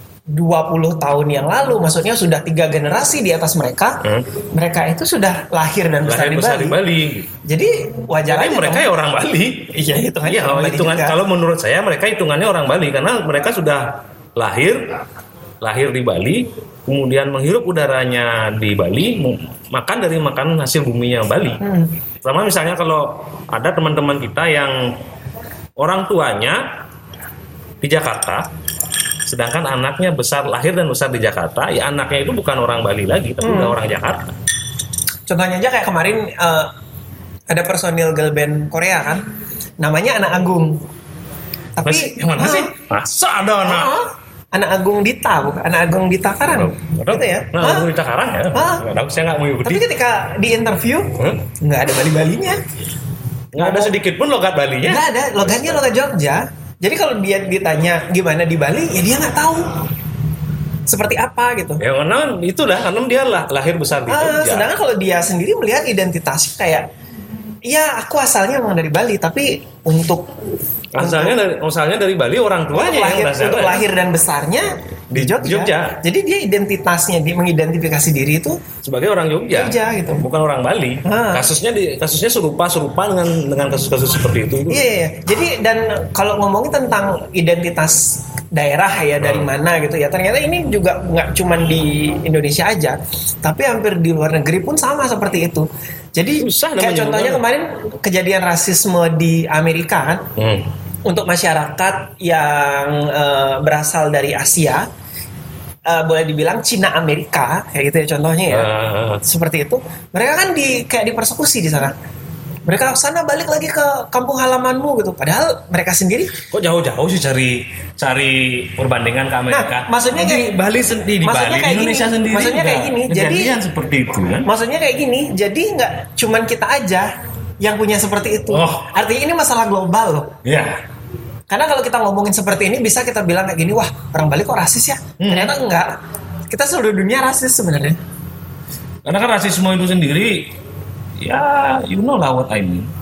20 tahun yang lalu, maksudnya sudah 3 generasi di atas mereka, mereka itu sudah lahir dan besar di Bali. Jadi wajar aja mereka ya orang Bali. Iya, hitungan kalau menurut saya mereka hitungannya orang Bali karena mereka sudah lahir di Bali, kemudian menghirup udaranya di Bali, makan dari makanan hasil buminya Bali. Sama misalnya kalau ada teman-teman kita yang orang tuanya di Jakarta, sedangkan anaknya lahir dan besar di Jakarta, ya anaknya itu bukan orang Bali lagi, tapi udah orang Jakarta. Contohnya aja kayak kemarin ada personil girl band Korea kan, namanya Anak Agung. Tapi yang mana sih? Masa ada Anak Agung Dita, bukan Anak Agung Dita Karang. Gitu ya? Anak Agung Dita Karang ya? Nggak tahu, saya nggak mengikuti. Tapi ketika di interview, nggak ada Bali-Balinya. Nggak ada sedikit pun logat Balinya. Nggak ada, logatnya logat Jogja. Jadi kalau dia ditanya gimana di Bali, ya dia nggak tahu seperti apa gitu. Ya karena itulah, karena dia lahir besar di Jogja. Sedangkan kalau dia sendiri melihat identitasnya kayak, iya aku asalnya memang dari Bali, tapi asalnya dari Bali, orang tuanya untuk lahir dan besarnya di Jogja. Jadi dia identitasnya, dia mengidentifikasi diri itu sebagai orang Jogja gitu. Bukan orang Bali. Kasusnya serupa dengan kasus-kasus seperti itu. Iya. Jadi dan kalau ngomongin tentang identitas daerah ya dari mana gitu ya, ternyata ini juga nggak cuma di Indonesia aja, tapi hampir di luar negeri pun sama seperti itu. Jadi kayak contohnya kemarin kejadian rasisme di Amerika kan, untuk masyarakat yang berasal dari Asia, boleh dibilang Cina Amerika kayak gitu ya contohnya ya, seperti itu. Mereka kan kayak dipersekusi di sana. Mereka sana balik lagi ke kampung halamanmu gitu. Padahal mereka sendiri kok jauh-jauh sih cari perbandingan ke Amerika. Nah, maksudnya kayak Bali sendiri, di Bali, Indonesia gini, sendiri. Maksudnya kayak gini. Jadi seperti itu kan. Maksudnya kayak gini. Jadi nggak cuman kita aja yang punya seperti itu. Artinya ini masalah global loh. Iya. Karena kalau kita ngomongin seperti ini bisa kita bilang kayak gini, wah orang Bali kok rasis ya? Ternyata enggak. Kita seluruh dunia rasis sebenarnya. Karena kan rasisme itu sendiri, ya you know lah what I mean.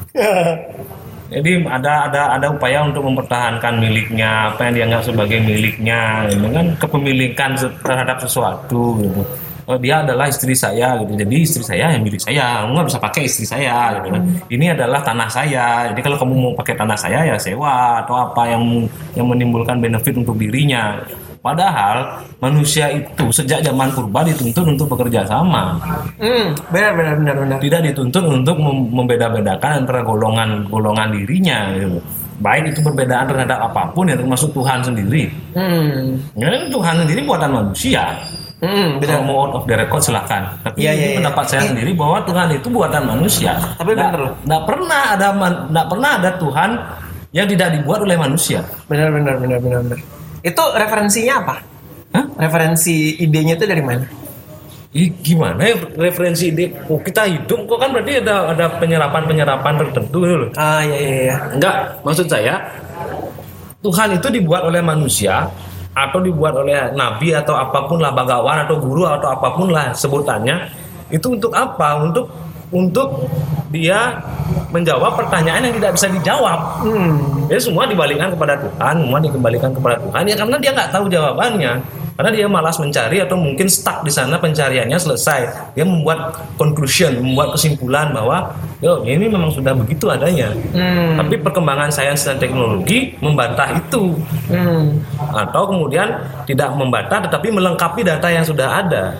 Jadi ada upaya untuk mempertahankan miliknya, apa yang dianggap sebagai miliknya, dengan kepemilikan terhadap sesuatu gitu. Dia adalah istri saya gitu, jadi istri saya yang milik saya, nggak bisa pakai istri saya gitu kan. Ini adalah tanah saya, jadi kalau kamu mau pakai tanah saya ya sewa atau apa yang menimbulkan benefit untuk dirinya. Padahal manusia itu sejak zaman purba dituntut untuk bekerja sama. Benar. Tidak dituntut untuk membeda-bedakan antara golongan dirinya gitu. Baik itu perbedaan terhadap apapun ya, termasuk Tuhan sendiri. Ya, Tuhan sendiri buatan manusia. Kalau mau out of the record silahkan. Tapi ini pendapat saya sendiri bahwa Tuhan itu buatan manusia. Tapi benar loh. Nggak pernah ada Tuhan yang tidak dibuat oleh manusia. Benar. Itu referensinya apa? Referensi idenya itu dari mana? Gimana ya referensi ide? Kita hidup kok kan berarti ada penyerapan tertentu gitu loh. Iya. Enggak, maksud saya Tuhan itu dibuat oleh manusia atau dibuat oleh nabi atau apapun lah, bagawan atau guru atau apapun lah sebutannya, itu untuk apa? Untuk dia menjawab pertanyaan yang tidak bisa dijawab. Jadi semua dibalikan kepada Tuhan, semua dikembalikan kepada Tuhan ya karena dia nggak tahu jawabannya. Karena dia malas mencari atau mungkin stuck di sana pencariannya selesai. Dia membuat conclusion, membuat kesimpulan bahwa ini memang sudah begitu adanya. Tapi perkembangan sains dan teknologi membantah itu. Atau kemudian tidak membantah tetapi melengkapi data yang sudah ada.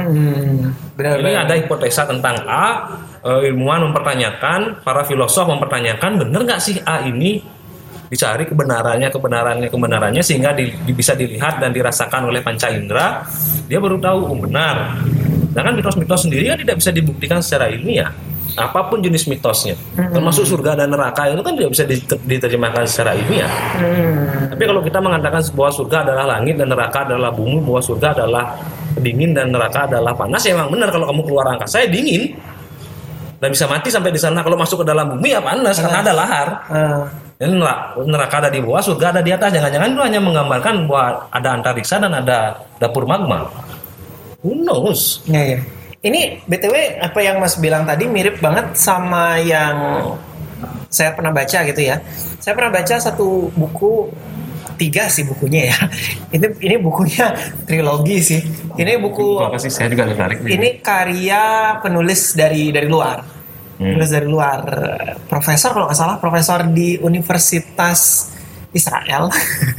Ini ada hipotesa tentang A, ilmuwan mempertanyakan, para filosof mempertanyakan, benar nggak sih A ini? Dicari kebenarannya sehingga bisa dilihat dan dirasakan oleh panca indera, dia baru tahu benar. Sedangkan mitos-mitos sendiri kan tidak bisa dibuktikan secara ilmiah. Apapun jenis mitosnya, termasuk surga dan neraka itu kan tidak bisa diterjemahkan secara ilmiah. Tapi kalau kita mengatakan bahwa surga adalah langit dan neraka adalah bumi, bahwa surga adalah dingin dan neraka adalah panas, ya memang benar. Kalau kamu keluar angkasa ya dingin dan bisa mati sampai di sana. Kalau masuk ke dalam bumi ya panas karena ada lahar. Dan neraka ada di bawah, surga ada di atas. Jangan-jangan itu hanya menggambarkan bahwa ada antariksa dan ada dapur magma. Who knows? Ya. Ini BTW apa yang Mas bilang tadi mirip banget sama yang saya pernah baca gitu ya. Saya pernah baca satu buku, 3 sih bukunya ya. Ini bukunya trilogi sih. Ini buku apa sih? Saya juga tertarik. Ini karya penulis dari luar. Penulis dari luar, profesor kalau nggak salah, profesor di Universitas Israel.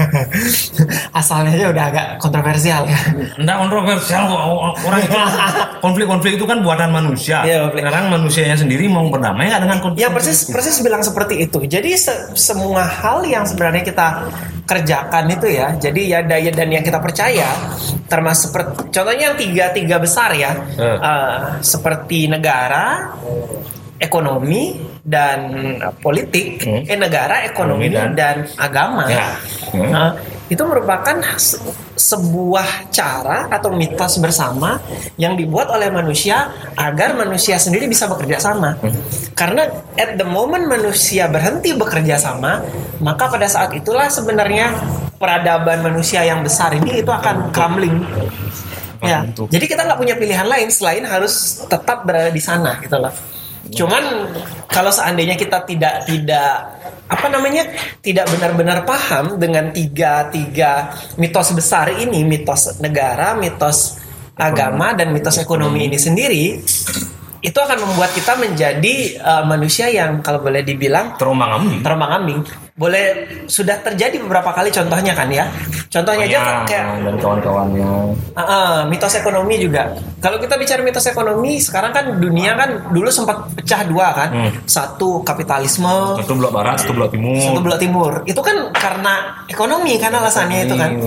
Asalnya aja udah agak kontroversial ya. Enggak kontroversial kok, orang itu konflik-konflik itu kan buatan manusia. Sekarang manusianya sendiri mau berdamai nggak dengan konflik? Ya persis bilang seperti itu. Jadi semua hal yang sebenarnya kita kerjakan itu ya, jadi ya daya dan yang kita percaya, termasuk contohnya yang tiga besar ya, seperti negara, ekonomi dan politik, negara, ekonomi dan agama. Itu merupakan sebuah cara atau mitos bersama yang dibuat oleh manusia agar manusia sendiri bisa bekerja sama. Karena at the moment manusia berhenti bekerja sama, maka pada saat itulah sebenarnya peradaban manusia yang besar ini itu akan crumbling. Ya, jadi kita nggak punya pilihan lain selain harus tetap berada di sana gitu loh. Cuman kalau seandainya kita tidak benar-benar paham dengan tiga mitos besar ini, mitos negara, mitos agama dan mitos ekonomi ini sendiri, itu akan membuat kita menjadi manusia yang kalau boleh dibilang terombang-ambing. Boleh sudah terjadi beberapa kali contohnya kan ya. Contohnya aja kayak dan kawan-kawannya. Mitos ekonomi juga. Kalau kita bicara mitos ekonomi, sekarang kan dunia kan dulu sempat pecah 2 kan. Satu kapitalisme, satu blok barat, satu blok timur. Itu kan karena ekonomi, karena alasannya itu kan.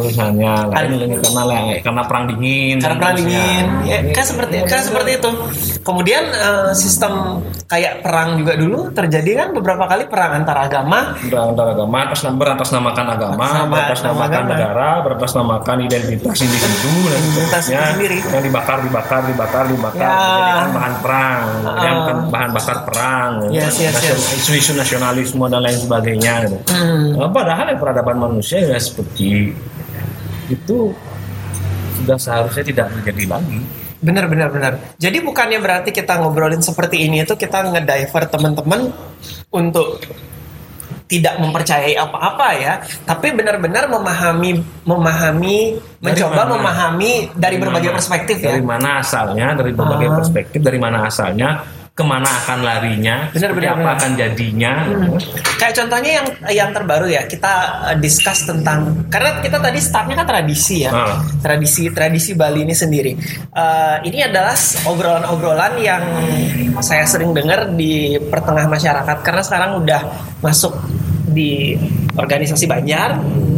Karena perang dingin. Ya, kan seperti itu. Kemudian sistem kayak perang juga dulu terjadi kan beberapa kali perang antar agama. Beratasnamakan agama, beratasnamakan negara, beratasnamakan identitas individu dan seterusnya, yang dibakar menjadikan bahan perang, yang bahan bakar perang, isu-isu nasionalisme dan lain sebagainya. Padahal peradaban manusia ya seperti itu sudah seharusnya tidak terjadi lagi. Benar. Jadi bukannya berarti kita ngobrolin seperti ini itu kita nge-divert teman-teman untuk tidak mempercayai apa-apa ya, tapi benar-benar memahami, mencoba memahami dari berbagai perspektif ya. Dari mana asalnya, dari berbagai perspektif, dari mana asalnya, kemana akan larinya, apa akan jadinya. Kayak contohnya yang terbaru ya, kita discuss tentang, karena kita tadi startnya kan tradisi ya, tradisi Bali ini sendiri. Ini adalah obrolan-obrolan yang saya sering dengar di pertengah masyarakat, karena sekarang udah masuk di organisasi Banjar,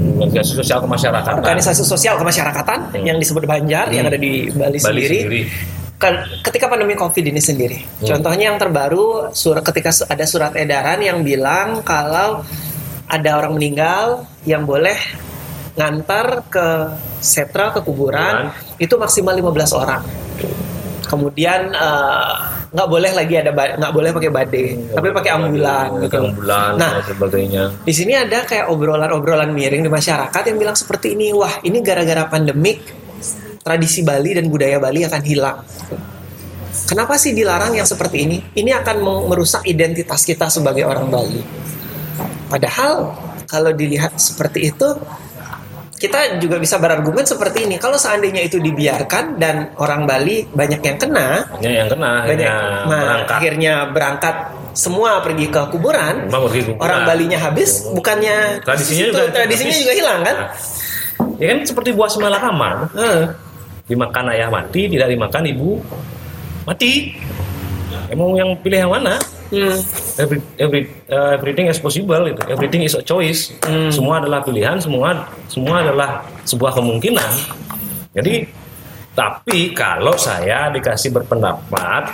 organisasi sosial kemasyarakatan yang disebut Banjar yang ada di Bali sendiri. Ketika pandemi COVID ini sendiri, contohnya yang terbaru, ketika ada surat edaran yang bilang kalau ada orang meninggal yang boleh ngantar ke setra, ke kuburan, itu maksimal 15 orang. Kemudian nggak boleh lagi nggak boleh pakai bade, tapi pakai ambulan gitu. Nah, sebagainya. Di sini ada kayak obrolan miring di masyarakat yang bilang seperti ini, wah ini gara-gara pandemik tradisi Bali dan budaya Bali akan hilang. Kenapa sih dilarang yang seperti ini? Ini akan merusak identitas kita sebagai orang Bali. Padahal kalau dilihat seperti itu, kita juga bisa berargumen seperti ini. Kalau seandainya itu dibiarkan dan orang Bali banyak yang kena, akhirnya berangkat semua pergi ke kuburan, orang Balinya habis, bukannya tradisinya juga hilang kan? Ya kan seperti buah semalakama. Dimakan ayah mati, tidak dimakan ibu mati. Emang yang pilih yang mana? Everything is possible, gitu. Everything is a choice. Semua adalah pilihan, semua adalah sebuah kemungkinan. Jadi, tapi kalau saya dikasih berpendapat,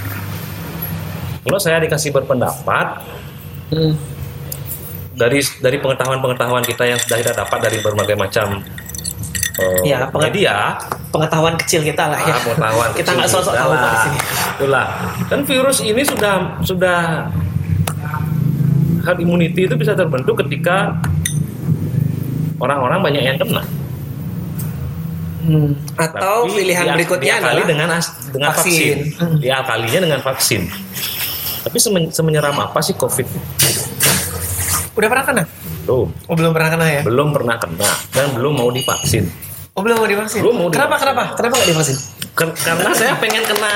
dari pengetahuan kita yang sudah kita dapat dari berbagai macam media, pengetahuan kecil kita lah ya. Kita nggak sosok tahu di sini. Itulah. Dan virus ini sudah herd immunity itu bisa terbentuk ketika orang-orang banyak yang kena. Atau tapi pilihan berikutnya adalah dengan vaksin. Diakalinya dengan vaksin. Tapi semenyeram apa sih COVID? Udah pernah kena? Belum pernah kena ya? Belum pernah kena dan belum mau divaksin. Belum mau divaksin? Kenapa nggak divaksin? Karena saya pengen kena.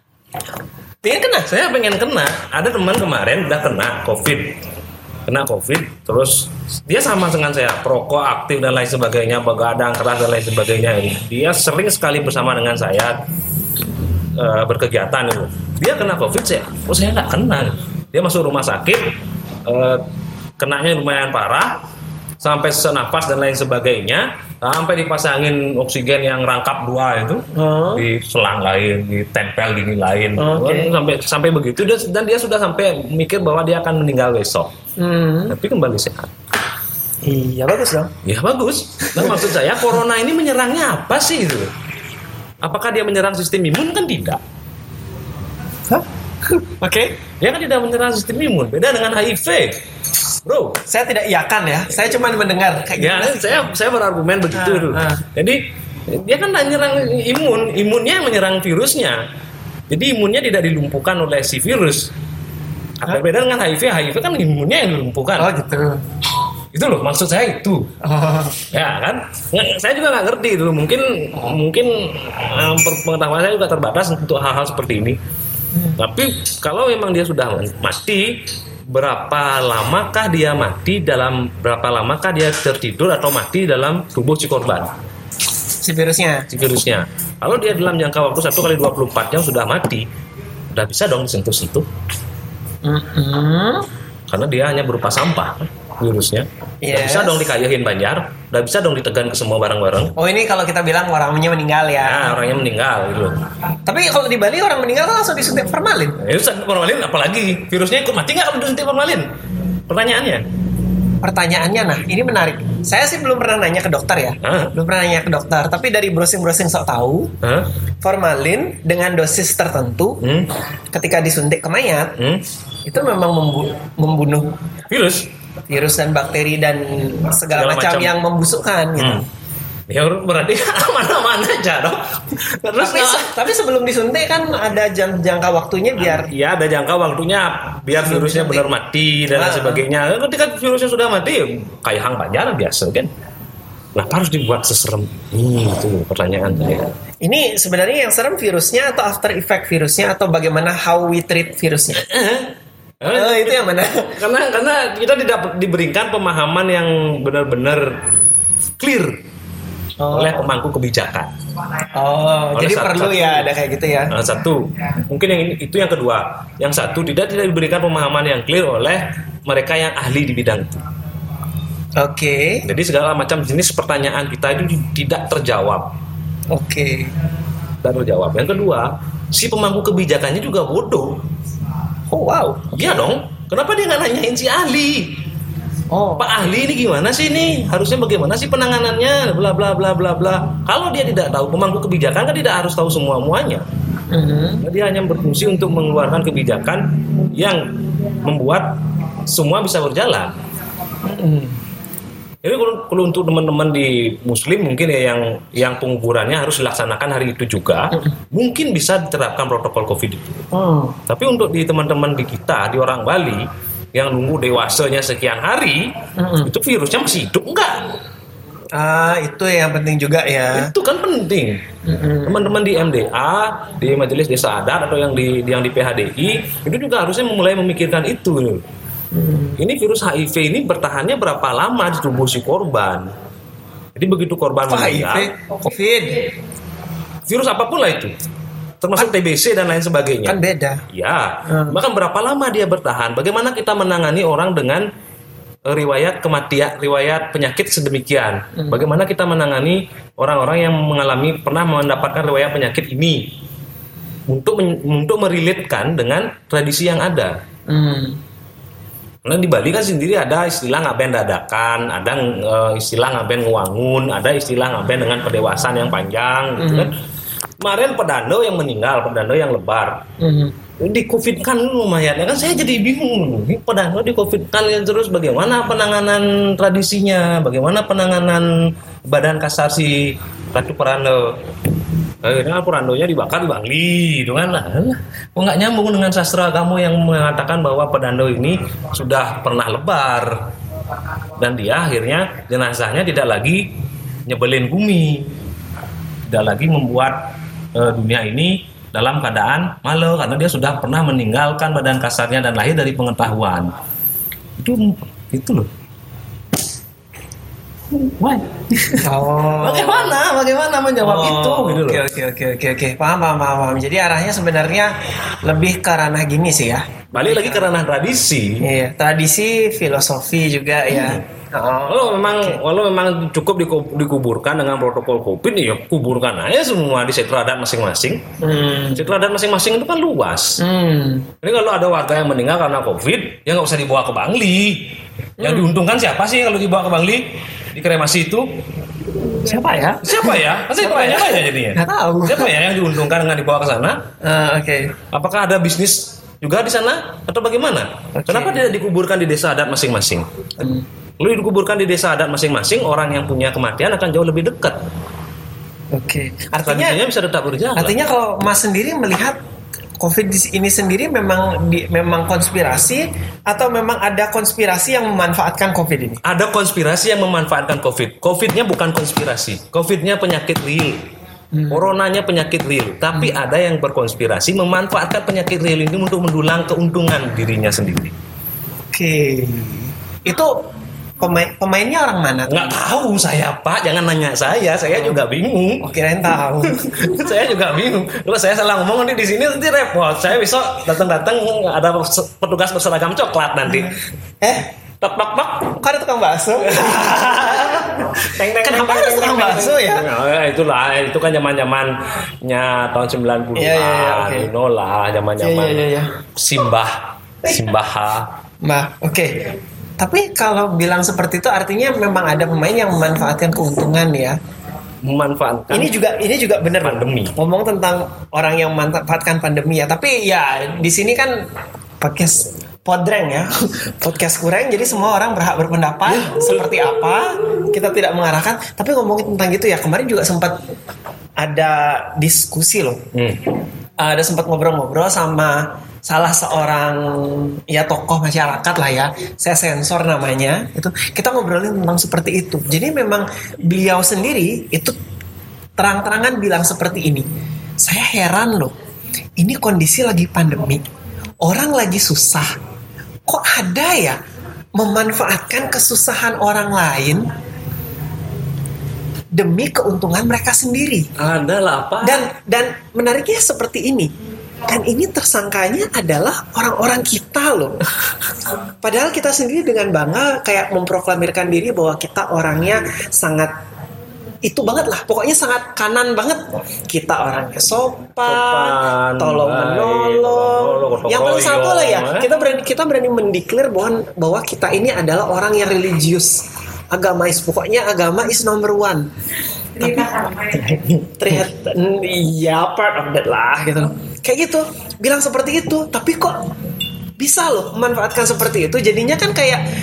Saya pengen kena. Ada teman kemarin udah kena COVID, terus dia sama dengan saya, perokok aktif dan lain sebagainya, begadang keras dan lain sebagainya. Dia sering sekali bersama dengan saya berkegiatan itu. Dia kena COVID, saya nggak kena. Dia masuk rumah sakit, kenanya lumayan parah, sampai sesak napas dan lain sebagainya, sampai dipasangin oksigen yang rangkap 2 itu, di selang lain, ditempel di lain, sampai begitu, dan dia sudah sampai mikir bahwa dia akan meninggal besok, tapi kembali sehat. Iya, bagus dong. Ya bagus. Nah, maksud saya corona ini menyerangnya apa sih itu? Apakah dia menyerang sistem imun? Kan tidak. Oke. Dia kan tidak menyerang sistem imun. Beda dengan HIV. Bro, saya tidak iakan ya. Saya cuma mendengar kayak gitu. Saya berargumen begitu dulu. Jadi dia kan tidak menyerang imunnya yang menyerang virusnya. Jadi imunnya tidak dilumpuhkan oleh si virus. Beda dengan HIV kan imunnya yang dilumpuhkan. Oh gitu. Itu loh maksud saya itu. Ya kan? Saya juga nggak ngerti dulu. Mungkin pengetahuan saya juga terbatas untuk hal-hal seperti ini. Tapi kalau memang dia sudah mati, berapa lamakah dia tertidur atau mati dalam tubuh si korban? Si virusnya. Kalau dia dalam jangka waktu 1x24 jam sudah mati, udah bisa dong disentuh-sentuh. Karena dia hanya berupa sampah virusnya. Udah bisa dong dikayahin banjar, udah bisa dong ditegan ke semua barang-barang. Oh, ini kalau kita bilang orangnya meninggal ya. Nah, orangnya meninggal gitu. Tapi kalau di Bali orang meninggal kan langsung disuntik formalin. Formalin apalagi? Virusnya ikut mati nggak kalau disuntik formalin? Pertanyaannya, nah ini menarik. Saya sih belum pernah nanya ke dokter ya. Belum pernah nanya ke dokter. Tapi dari browsing sok tahu, formalin dengan dosis tertentu, ketika disuntik ke mayat, itu memang membunuh virus dan bakteri dan segala macam yang membusukkan gitu. Ya berarti aman-aman aja dong. Tapi sebelum disuntik kan ada jangka waktunya biar. Iya, ada jangka waktunya biar virusnya benar mati dan lain sebagainya. Ketika virusnya sudah mati, kayak hang banjar biasa kan. Kenapa harus dibuat seserem ini? Itu pertanyaan saya. Ini sebenarnya yang serem virusnya atau after effect virusnya atau bagaimana how we treat virusnya? Itu yang mana? Karena kita tidak diberikan pemahaman yang benar-benar clear oleh pemangku kebijakan. Jadi perlu ya ada kayak gitu ya. Satu, mungkin itu yang kedua. Yang satu tidak diberikan pemahaman yang clear oleh mereka yang ahli di bidang itu. Oke. Jadi segala macam jenis pertanyaan kita itu tidak terjawab. Oke. Tidak terjawab. Yang kedua, si pemangku kebijakannya juga bodoh. Oh wow. Iya dong. Kenapa dia nggak nanyain si ahli? Pak ahli ini gimana sih ini? Harusnya bagaimana sih penanganannya? Bla bla bla bla bla. Kalau dia tidak tahu, pemangku kebijakan kan tidak harus tahu semuanya. Dia hanya berfungsi untuk mengeluarkan kebijakan yang membuat semua bisa berjalan. Jadi kalau untuk teman-teman di Muslim mungkin ya yang penguburannya harus dilaksanakan hari itu juga, mungkin bisa diterapkan protokol COVID itu. Tapi untuk di teman-teman di kita, di orang Bali yang nunggu dewasanya sekian hari, itu virusnya masih hidup enggak? Itu yang penting juga ya. Itu kan penting. Teman-teman di MDA, di Majelis Desa Adat atau yang di PHDI itu juga harusnya mulai memikirkan itu. Ini virus HIV ini bertahannya berapa lama di tubuh si korban. Jadi begitu korban meninggal, HIV, COVID, virus apapun lah itu, termasuk TBC dan lain sebagainya. kan beda. Ya, bahkan berapa lama dia bertahan? Bagaimana kita menangani orang dengan riwayat kematian, riwayat penyakit sedemikian? Bagaimana kita menangani orang-orang yang pernah mendapatkan riwayat penyakit ini untuk merelitkan dengan tradisi yang ada? Nah di Bali kan sendiri ada istilah ngaben dadakan, ada istilah ngaben nguangun, ada istilah ngaben dengan pendewasaan yang panjang, gitu kan. Kemarin pedando yang meninggal, pedando yang lebar, di COVID-kan lumayan, kan saya jadi bingung, ini pedando di COVID-kan terus bagaimana penanganan tradisinya, bagaimana penanganan badan kasar si Ratu Perando. Akhirnya perandonya dibakar di Bangli, gitu kan lah. Kok nggak nyambung dengan sastra kamu yang mengatakan bahwa pedando ini sudah pernah lebar dan dia akhirnya jenazahnya tidak lagi nyebelin bumi, tidak lagi membuat dunia ini dalam keadaan malu karena dia sudah pernah meninggalkan badan kasarnya dan lahir dari pengetahuan. Itu loh. Why? Bagaimana menjawab itu gitu loh. Oke. Paham. Jadi arahnya sebenarnya lebih ke ranah gini sih ya. Balik lagi ke ranah tradisi. Iya, tradisi, filosofi juga ya. Kalau memang cukup dikuburkan dengan protokol COVID, ya kuburkan aja semua di sektor adat masing-masing. Sektor adat masing-masing itu kan luas. Ini kalau ada warga yang meninggal karena COVID, ya nggak usah dibawa ke Bangli. Yang diuntungkan siapa sih kalau dibawa ke Bangli? Di kremasi itu Siapa ya? Pasti pertanyaan aja jadinya. Nggak tahu. Siapa ya yang diuntungkan dengan dibawa ke sana? Oke. Apakah ada bisnis juga di sana atau bagaimana? Kenapa tidak dikuburkan di desa adat masing-masing? Lalu dikuburkan di desa adat masing-masing, orang yang punya kematian akan jauh lebih dekat. Oke. Artinya bisa tetap berjalan. Artinya kalau Mas sendiri melihat COVID ini sendiri memang konspirasi atau memang ada konspirasi yang memanfaatkan COVID ini? Ada konspirasi yang memanfaatkan COVID. COVID-nya bukan konspirasi. COVID-nya penyakit real. Coronanya penyakit real. Tapi ada yang berkonspirasi memanfaatkan penyakit real ini untuk mendulang keuntungan dirinya sendiri. Oke. Itu pemainnya orang mana? Nggak tahu saya, Pak. Jangan nanya saya juga bingung. Oh, kirain tahu. Saya juga bingung. Kalau saya salah ngomong nanti di sini nanti repot. Saya besok datang ada petugas berseragam coklat nanti. Tok. Kan ada tukang bakso. Kenapa ada tukang bakso ya? Itulah, itu kan zaman-zamannya tahun 90-an. Okay. Inolah, zaman-zaman Simbah. Oke. Tapi kalau bilang seperti itu artinya memang ada pemain yang memanfaatkan keuntungan ya. Memanfaatkan. Ini juga benar pandemi. Ngomong tentang orang yang memanfaatkan pandemi ya. Tapi ya di sini kan podcast Podreng ya. Podcast kurang, jadi semua orang berhak berpendapat seperti apa. Kita tidak mengarahkan, tapi ngomongin tentang gitu ya. Kemarin juga sempat ada diskusi loh. Ada sempat ngobrol-ngobrol sama salah seorang ya tokoh masyarakat lah ya, saya sensor namanya, itu kita ngobrolin tentang seperti itu. Jadi memang beliau sendiri itu terang-terangan bilang seperti ini, saya heran loh, ini kondisi lagi pandemi, orang lagi susah, kok ada ya memanfaatkan kesusahan orang lain demi keuntungan mereka sendiri. Adalah apa? Dan menariknya seperti ini. Dan ini tersangkanya adalah orang-orang kita loh. Padahal kita sendiri dengan bangga kayak memproklamirkan diri bahwa kita orangnya sangat itu banget lah. Pokoknya sangat kanan banget. Kita orangnya sopan, tolong menolong. Yang paling satu lah ya, kita berani mendeklar bahwa kita ini adalah orang yang religius. Agamais, pokoknya agama is number one. Tapi ternyata ya part of that lah gitu. Kayak gitu, bilang seperti itu, tapi kok bisa loh memanfaatkan seperti itu. Jadinya kan kayak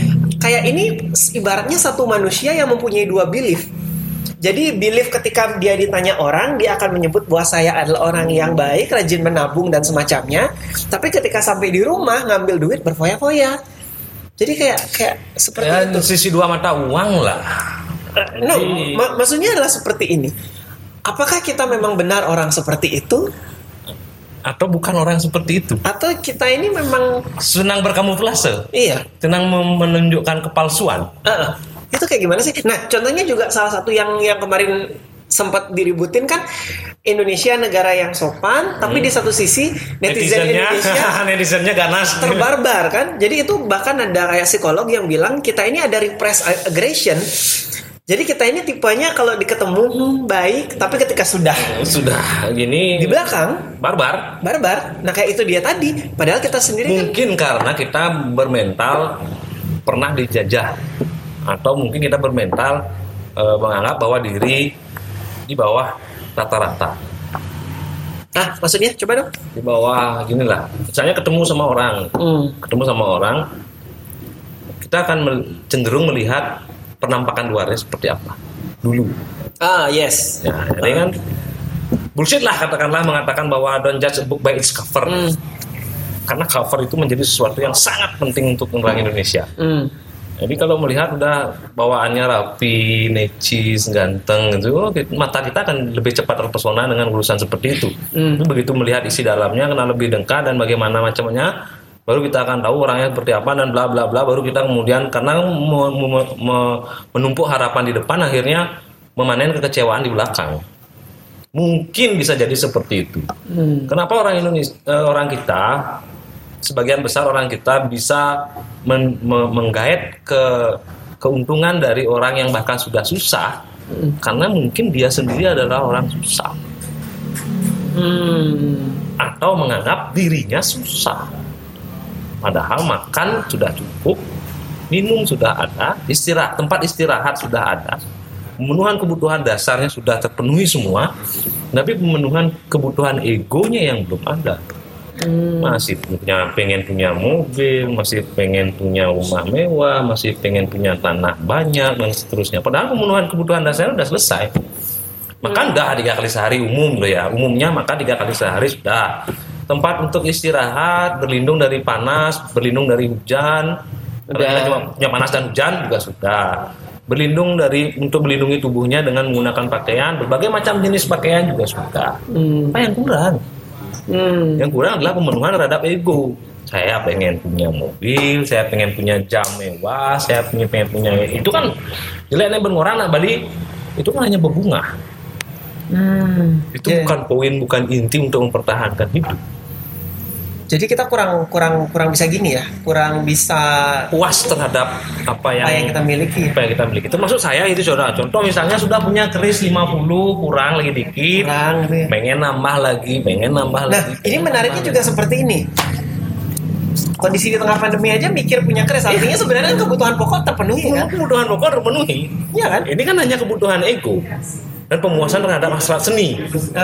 kayak ini ibaratnya satu manusia yang mempunyai dua belief. Jadi belief ketika dia ditanya orang, dia akan menyebut bahwa saya adalah orang yang baik, rajin menabung dan semacamnya. Tapi ketika sampai di rumah ngambil duit berfoya-foya. Jadi kayak seperti Ya, itu. sisi dua mata uang lah. No, maksudnya adalah seperti ini. Apakah kita memang benar orang seperti itu? Atau bukan orang seperti itu? Atau kita ini memang Senang berkamuflase, iya? senang menunjukkan kepalsuan. Itu kayak gimana sih? Nah, contohnya juga salah satu yang kemarin sempat diributin kan, Indonesia negara yang sopan, tapi di satu sisi netizen Indonesia netizennya ganas. terbarbar kan. Jadi itu bahkan ada kayak psikolog yang bilang kita ini ada repressed aggression. Jadi kita ini tipenya kalau diketemu baik, tapi ketika sudah gini di belakang barbar. Nah kayak itu dia tadi. Padahal kita sendiri kan Mungkin karena kita bermental pernah dijajah, atau mungkin kita bermental menganggap bahwa diri di bawah rata-rata. maksudnya coba dong. Di bawah ginilah. Misalnya ketemu sama orang, kita akan cenderung melihat penampakan luarnya seperti apa dulu. Yes. Ya, jadi kan bullshit lah katakanlah mengatakan bahwa don't judge a book by its cover. Karena cover itu menjadi sesuatu yang sangat penting untuk orang Indonesia. Jadi kalau melihat udah bawaannya rapi, necis, ganteng gitu, mata kita akan lebih cepat terpesona dengan urusan seperti itu. Tapi begitu melihat isi dalamnya, kenal lebih dekat dan bagaimana macamnya, baru kita akan tahu orangnya seperti apa dan bla bla bla. Baru kita kemudian karena menumpuk harapan di depan, akhirnya memanen kekecewaan di belakang. Mungkin bisa jadi seperti itu. Kenapa orang Indonesia, orang kita, sebagian besar orang kita bisa menggait keuntungan dari orang yang bahkan sudah susah, karena mungkin dia sendiri adalah orang susah, atau menganggap dirinya susah. Padahal makan sudah cukup, minum sudah ada, tempat istirahat sudah ada, pemenuhan kebutuhan dasarnya sudah terpenuhi semua, tapi pemenuhan kebutuhan egonya yang belum ada. Masih pengen punya mobil, masih pengen punya rumah mewah, masih pengen punya tanah banyak dan seterusnya. Padahal pemenuhan kebutuhan dasarnya sudah selesai. Makan udah 3 kali sehari umumnya makan 3 kali sehari sudah. Tempat untuk istirahat, berlindung dari panas, berlindung dari hujan. Karena kita cuma punya panas dan hujan juga sudah. Berlindung untuk melindungi tubuhnya dengan menggunakan pakaian, berbagai macam jenis pakaian juga sudah. Apa yang kurang? Yang kurang adalah pemenuhan terhadap ego. Saya pengen punya mobil, saya pengen punya jam mewah, saya pengen punya itu kan jeleknya berorang nak Bali itu kan hanya berbunga. Itu bukan poin, bukan inti untuk mempertahankan hidup. Jadi kita kurang bisa gini ya, kurang bisa Puas terhadap apa yang kita miliki. Apa yang kita miliki. Termasuk saya itu saudara. Contoh misalnya sudah punya keris 50, kurang lagi dikit. Kurang, gitu ya. Pengen nambah lagi. Nah, ini menariknya juga seperti ini. Kondisi di tengah pandemi aja mikir punya keris, artinya sebenarnya kebutuhan pokok terpenuhi kan? Kebutuhan pokok terpenuhi. Iya kan? Ini kan hanya kebutuhan ego dan pemuasan terhadap hasrat seni.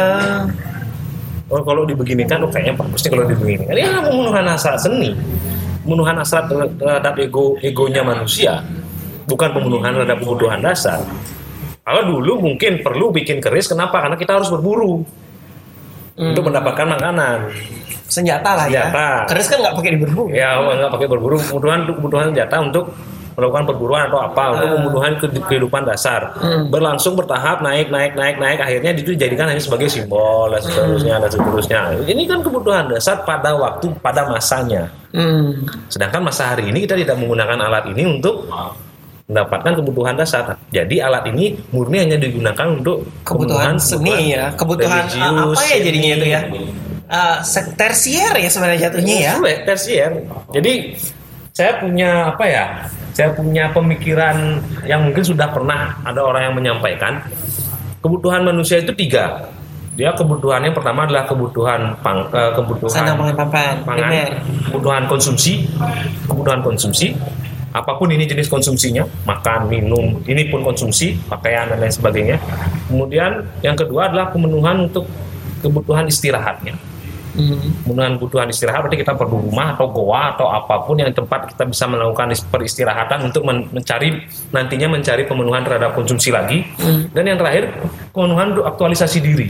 Kalau dibeginikan, kayaknya bagusnya kalau dibeginikan. Ini adalah pemenuhan hasrat seni, pemenuhan hasrat terhadap egonya manusia, bukan pemenuhan terhadap kebutuhan dasar. Kalau dulu mungkin perlu bikin keris, kenapa? Karena kita harus berburu untuk mendapatkan makanan. Senjata lah ya. Keris kan nggak pakai berburu. Ya, nggak pakai berburu. Kebutuhan senjata untuk melakukan perburuan atau apa untuk kebutuhan kehidupan dasar. Berlangsung bertahap naik, akhirnya itu dijadikan hanya sebagai simbol dan seterusnya. Ini kan kebutuhan dasar pada masanya. Sedangkan masa hari ini kita tidak menggunakan alat ini untuk mendapatkan kebutuhan dasar. Jadi alat ini murni hanya digunakan untuk kebutuhan seni ya, kebutuhan apa ya jadinya itu ya? Tersier ya sebenarnya jatuhnya ya. Tersier. Jadi saya punya saya punya pemikiran yang mungkin sudah pernah ada orang yang menyampaikan. Kebutuhan manusia itu 3. Dia kebutuhannya pertama adalah kebutuhan pangan, kebutuhan konsumsi, apapun ini jenis konsumsinya, makan, minum, ini pun konsumsi, pakaian dan lain sebagainya. Kemudian yang kedua adalah pemenuhan untuk kebutuhan istirahatnya. Pemenuhan kebutuhan istirahat berarti kita perlu rumah atau goa atau apapun yang tempat kita bisa melakukan peristirahatan untuk mencari pemenuhan terhadap konsumsi lagi. Dan yang terakhir pemenuhan untuk aktualisasi diri.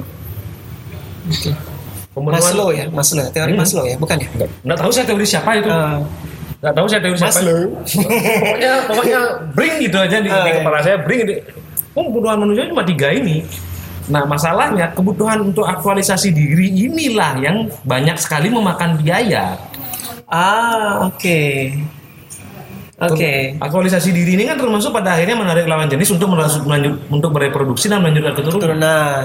Maslow ya, teori Maslow ya, bukan ya? Nggak tahu saya teori siapa itu. Nggak tahu saya teori siapa. pokoknya bring gitu aja di kepala saya, bring gitu. Kebutuhan manusia cuma 3 ini. Nah, masalahnya kebutuhan untuk aktualisasi diri inilah yang banyak sekali memakan biaya. Oke. Aktualisasi diri ini kan termasuk pada akhirnya menarik lawan jenis untuk bereproduksi dan melanjutkan keturunan.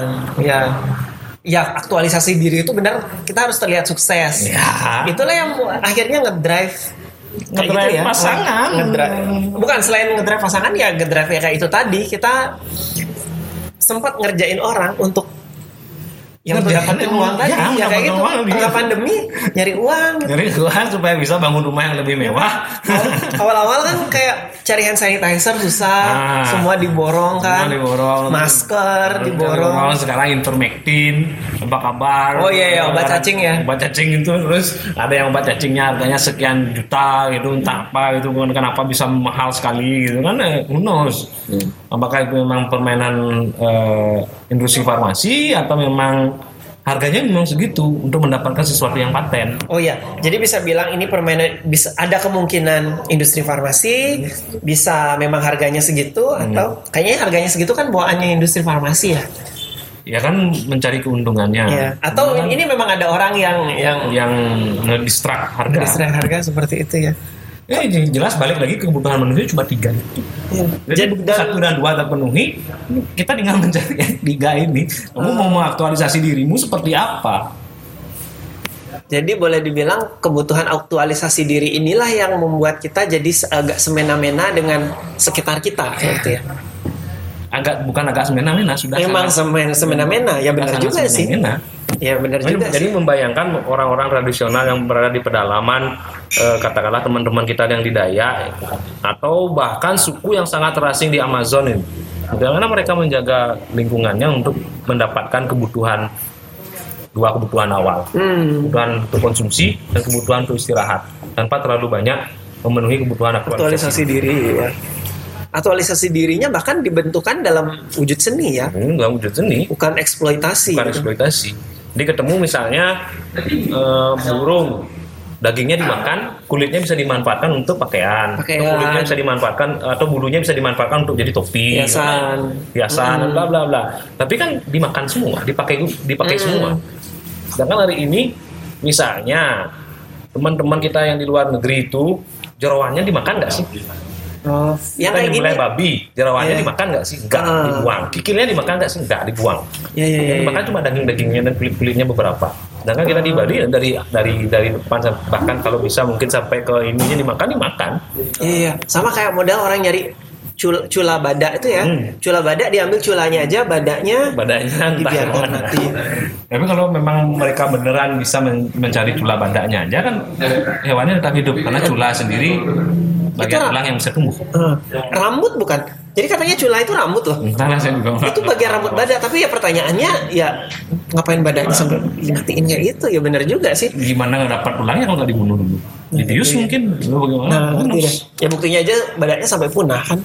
Ya, aktualisasi diri itu benar, kita harus terlihat sukses. Ya. Itulah yang akhirnya ngedrive gitu ya. Pasangan. Bukan selain ngedrive pasangan ya, ngedrive ya kayak itu tadi, kita sempat ngerjain orang untuk yang dapatin uang tadi, ya kayak gitu. Tengah pandemi nyari uang gitu. Nyari uang supaya bisa bangun rumah yang lebih mewah. Awal-awal kan kayak cari hand sanitizer susah, semua diborong kan. Masker diborong. Sekarang ivermectin, apa kabar? Oh iya, obat cacing ya. Obat cacing itu, terus ada yang obat cacingnya harganya sekian juta gitu, entah apa gitu, kenapa bisa mahal sekali gitu kan? Who knows? Apakah itu memang permainan industri farmasi atau memang harganya memang segitu untuk mendapatkan sesuatu yang paten? Oh ya, jadi bisa bilang ini permainan, bisa ada kemungkinan industri farmasi, bisa memang harganya segitu, atau kayaknya harganya segitu kan bawaannya industri farmasi ya. Ya kan mencari keuntungannya. Ya. Atau ini memang ada orang yang ngedistract harga. Ngedistract harga seperti itu ya. Jelas balik lagi kebutuhan manusia cuma 3 itu. Jadi 1 dan 2 terpenuhi, kita tinggal mencari yang 3 ini. Kamu mau mengaktualisasi dirimu seperti apa? Jadi boleh dibilang kebutuhan aktualisasi diri inilah yang membuat kita jadi agak semena-mena dengan sekitar kita, gitu ya. Bukan agak semena-mena, sudah memang semena-mena, ya benar juga sih. Ya benar juga. Jadi membayangkan orang-orang tradisional yang berada di pedalaman, katakanlah teman-teman kita yang di Dayak, atau bahkan suku yang sangat terasing di Amazon ini, bagaimana mereka menjaga lingkungannya untuk mendapatkan kebutuhan 2 kebutuhan awal, kebutuhan untuk konsumsi dan kebutuhan untuk istirahat, tanpa terlalu banyak memenuhi kebutuhan aktualisasi diri. Ya. Aktualisasi dirinya bahkan dibentukkan dalam wujud seni ya. Dalam wujud seni. Bukan eksploitasi. Jadi ketemu misalnya burung, dagingnya dimakan, kulitnya bisa dimanfaatkan untuk pakaian. Kulitnya bisa dimanfaatkan atau bulunya bisa dimanfaatkan untuk jadi topi, hiasan, bla bla bla. Tapi kan dimakan semua, dipakai semua. Sedangkan hari ini misalnya teman-teman kita yang di luar negeri itu jeroannya dimakan nggak sih? Yang kayak gini babi, jeroannya dimakan nggak sih? Nggak, dibuang. Kikilnya dimakan nggak sih? Nggak, dibuang. Yang dimakan cuma daging-dagingnya dan kulit-kulitnya beberapa. Sedangkan kita di Bali dari depan, bahkan kalau bisa mungkin sampai ke ininya dimakan. Iya, sama kayak model orang nyari cula badak itu ya. Cula badak diambil culanya aja, badaknya dibiarkan mati. Tapi kalau memang mereka beneran bisa mencari cula badaknya aja kan hewannya tetap hidup, karena cula sendiri bagian tulang yang bisa tumbuh. Rambut bukan? Jadi katanya cula itu rambut loh. Entahlah, saya juga itu bagian rambut badak, tapi ya pertanyaannya ya ngapain badaknya sampai dimatiin kayak itu? Ya benar juga sih. Gimana nggak dapat tulangnya kalau nggak dibunuh dulu? Dibius mungkin? Bagaimana? Ya buktinya aja badaknya sampai punah kan.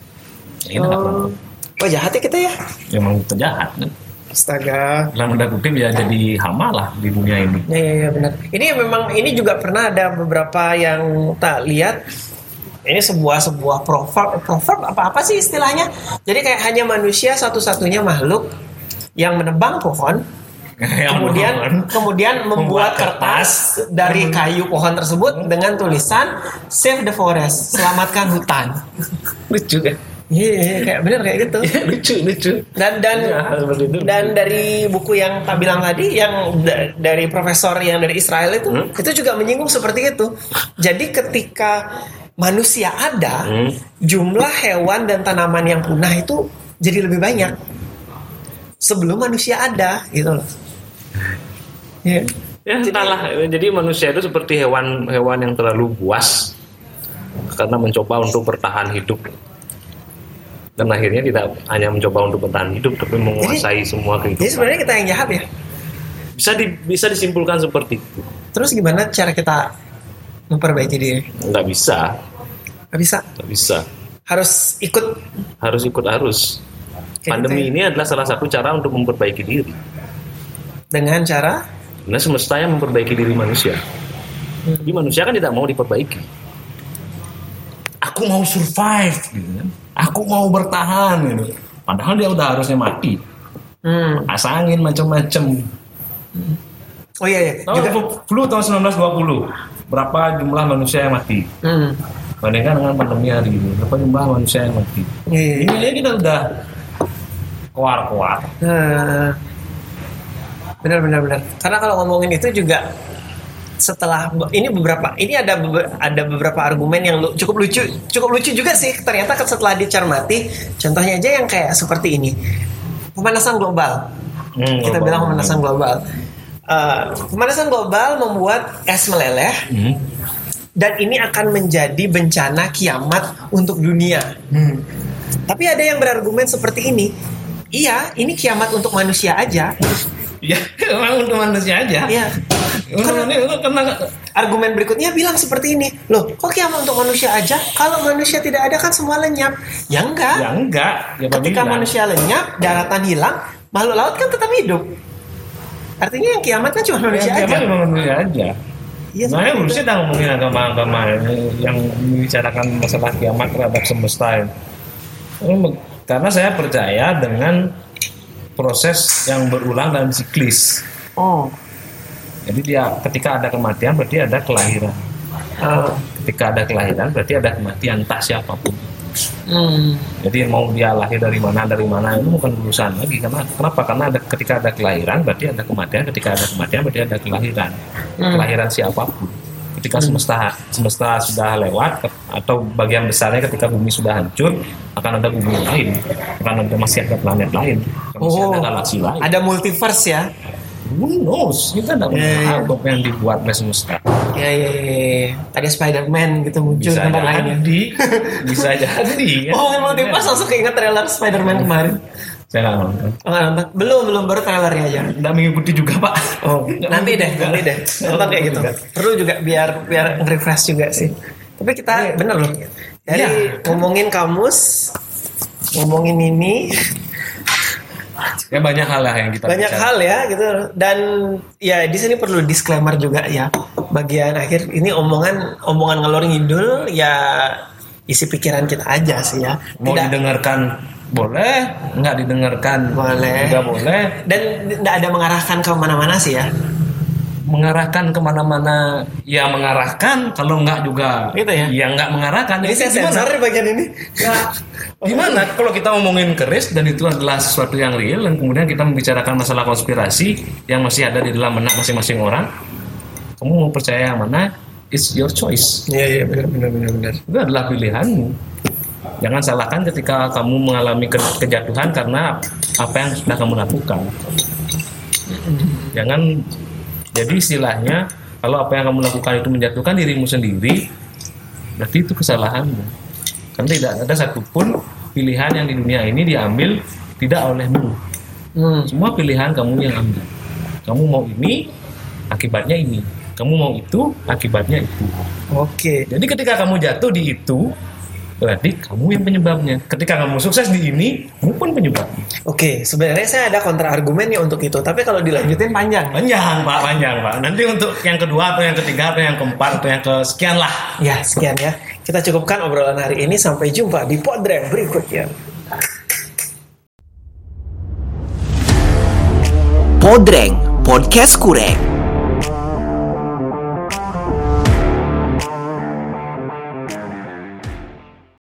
Jahat ya kita ya. Emang terjahat kan. Astaga. Dalam tanda kutip ya jadi hama lah di dunia ini. Iya benar. Ini juga pernah ada beberapa yang tak lihat. Ini sebuah proverb apa sih istilahnya? Jadi kayak hanya manusia satu-satunya makhluk yang menebang pohon, kemudian membuat kertas dari kayu pohon tersebut dengan tulisan Save the Forest, selamatkan hutan. Lucu kan? Iya, kayak bener kayak gitu. Lucu. Dan dari buku yang tak bilang tadi, yang dari profesor yang dari Israel itu juga menyinggung seperti itu. Jadi ketika manusia ada, jumlah hewan dan tanaman yang punah itu jadi lebih banyak sebelum manusia ada, gitu loh. Ya entahlah. Jadi manusia itu seperti hewan yang terlalu buas karena mencoba untuk bertahan hidup. Dan akhirnya tidak hanya mencoba untuk bertahan hidup, tapi menguasai semua kehidupan. Jadi sebenarnya kita yang jahat ya? Bisa disimpulkan seperti itu. Terus gimana cara kita memperbaiki diri? Nggak bisa. Harus ikut Harus. Pandemi ini adalah salah satu cara untuk memperbaiki diri. Dengan cara? Nah, semesta yang memperbaiki diri manusia. Jadi manusia kan tidak mau diperbaiki. Aku mau survive, gitu kan. Aku mau bertahan, gitu. Padahal dia udah harusnya mati. Pasangin macam-macam. Oh iya. Tahu flu tahun 1920 berapa jumlah manusia yang mati? Bandingkan dengan pandemi hari ini, berapa jumlah manusia yang mati? Ini aja kita udah keluar. Benar. Karena kalau ngomongin itu juga setelah ini ada beberapa argumen yang cukup lucu juga sih ternyata setelah dicermati. Contohnya aja yang kayak seperti ini, pemanasan global. Kita bilang pemanasan global. Pemanasan global membuat es meleleh. Dan ini akan menjadi bencana kiamat untuk dunia. Tapi ada yang berargumen seperti ini. Iya, ini kiamat untuk manusia aja. Iya, memang untuk manusia aja. Iya. Karena argumen berikutnya bilang seperti ini. Loh, kok kiamat untuk manusia aja? Kalau manusia tidak ada kan semua lenyap. Ya enggak. Ya, ketika manusia lenyap, daratan hilang, makhluk laut kan tetap hidup. Artinya yang kiamat kan cuma manusia aja. Iya, saya harusnya udah ngomongin agama-agama yang membicarakan masalah kiamat terhadap semesta. Karena saya percaya dengan proses yang berulang dan siklis. Jadi ketika ada kematian berarti ada kelahiran. Ketika ada kelahiran berarti ada kematian, entah siapapun. Jadi mau dia lahir dari mana itu bukan urusan lagi. Kenapa? Karena ketika ada kelahiran berarti ada kematian, ketika ada kematian berarti ada kelahiran. Kelahiran siapapun. Ketika semesta sudah lewat atau bagian besarnya ketika bumi sudah hancur, akan ada bumi lain, masih ada planet lain, masih ada galaksi lain. Ada multiverse ya. Who knows? Kita tidak pernah tahu apa yang dibuat oleh semesta. Iya. Ada Spider-Man gitu muncul di tempat lainnya. Bisa jadi. Kan? Multiverse langsung keinget trailer Spider-Man kemarin. Saya nggak nonton. Belum baru trailernya aja. Nggak mengikuti juga Pak. Nanti deh. Nonton kayak gitu. Perlu juga biar nge-refresh juga sih. Tapi kita bener loh. Dari ngomongin kamus, ngomongin ini. Ya banyak hal lah yang kita hal ya gitu. Dan ya di sini perlu disclaimer juga ya. Bagian akhir ini omongan ngalor ngidul ya, isi pikiran kita aja sih ya. Mau didengarkan boleh, nggak didengarkan boleh, juga boleh. Dan nggak ada mengarahkan ke mana-mana sih ya. Mengarahkan kemana-mana ya mengarahkan, kalau nggak juga gitu ya. Ya nggak mengarahkan. Ini saya sensor di bagian ini. Gimana kalau kita ngomongin keris dan itu adalah sesuatu yang real dan kemudian kita membicarakan masalah konspirasi yang masih ada di dalam benak masing-masing orang, kamu mau percaya yang mana? It's your choice. Iya benar. Itu adalah pilihanmu. Jangan salahkan ketika kamu mengalami kejatuhan karena apa yang sudah kamu lakukan. Jangan. Jadi istilahnya kalau apa yang kamu lakukan itu menjatuhkan dirimu sendiri, berarti itu kesalahanmu. Karena tidak ada satupun pilihan yang di dunia ini diambil tidak olehmu. Semua pilihan kamu yang ambil. Kamu mau ini, akibatnya ini. Kamu mau itu, akibatnya itu. Oke. Jadi ketika kamu jatuh di itu, berarti kamu yang penyebabnya. Ketika kamu sukses di ini, kamu pun penyebabnya. Oke, sebenarnya saya ada kontra argumen nih untuk itu. Tapi kalau dilanjutin panjang Pak. Nanti untuk yang kedua atau yang ketiga atau yang keempat atau yang kesekian lah. Ya, sekian ya. Kita cukupkan obrolan hari ini. Sampai jumpa di Podreng berikutnya. Podreng, podcast kurang.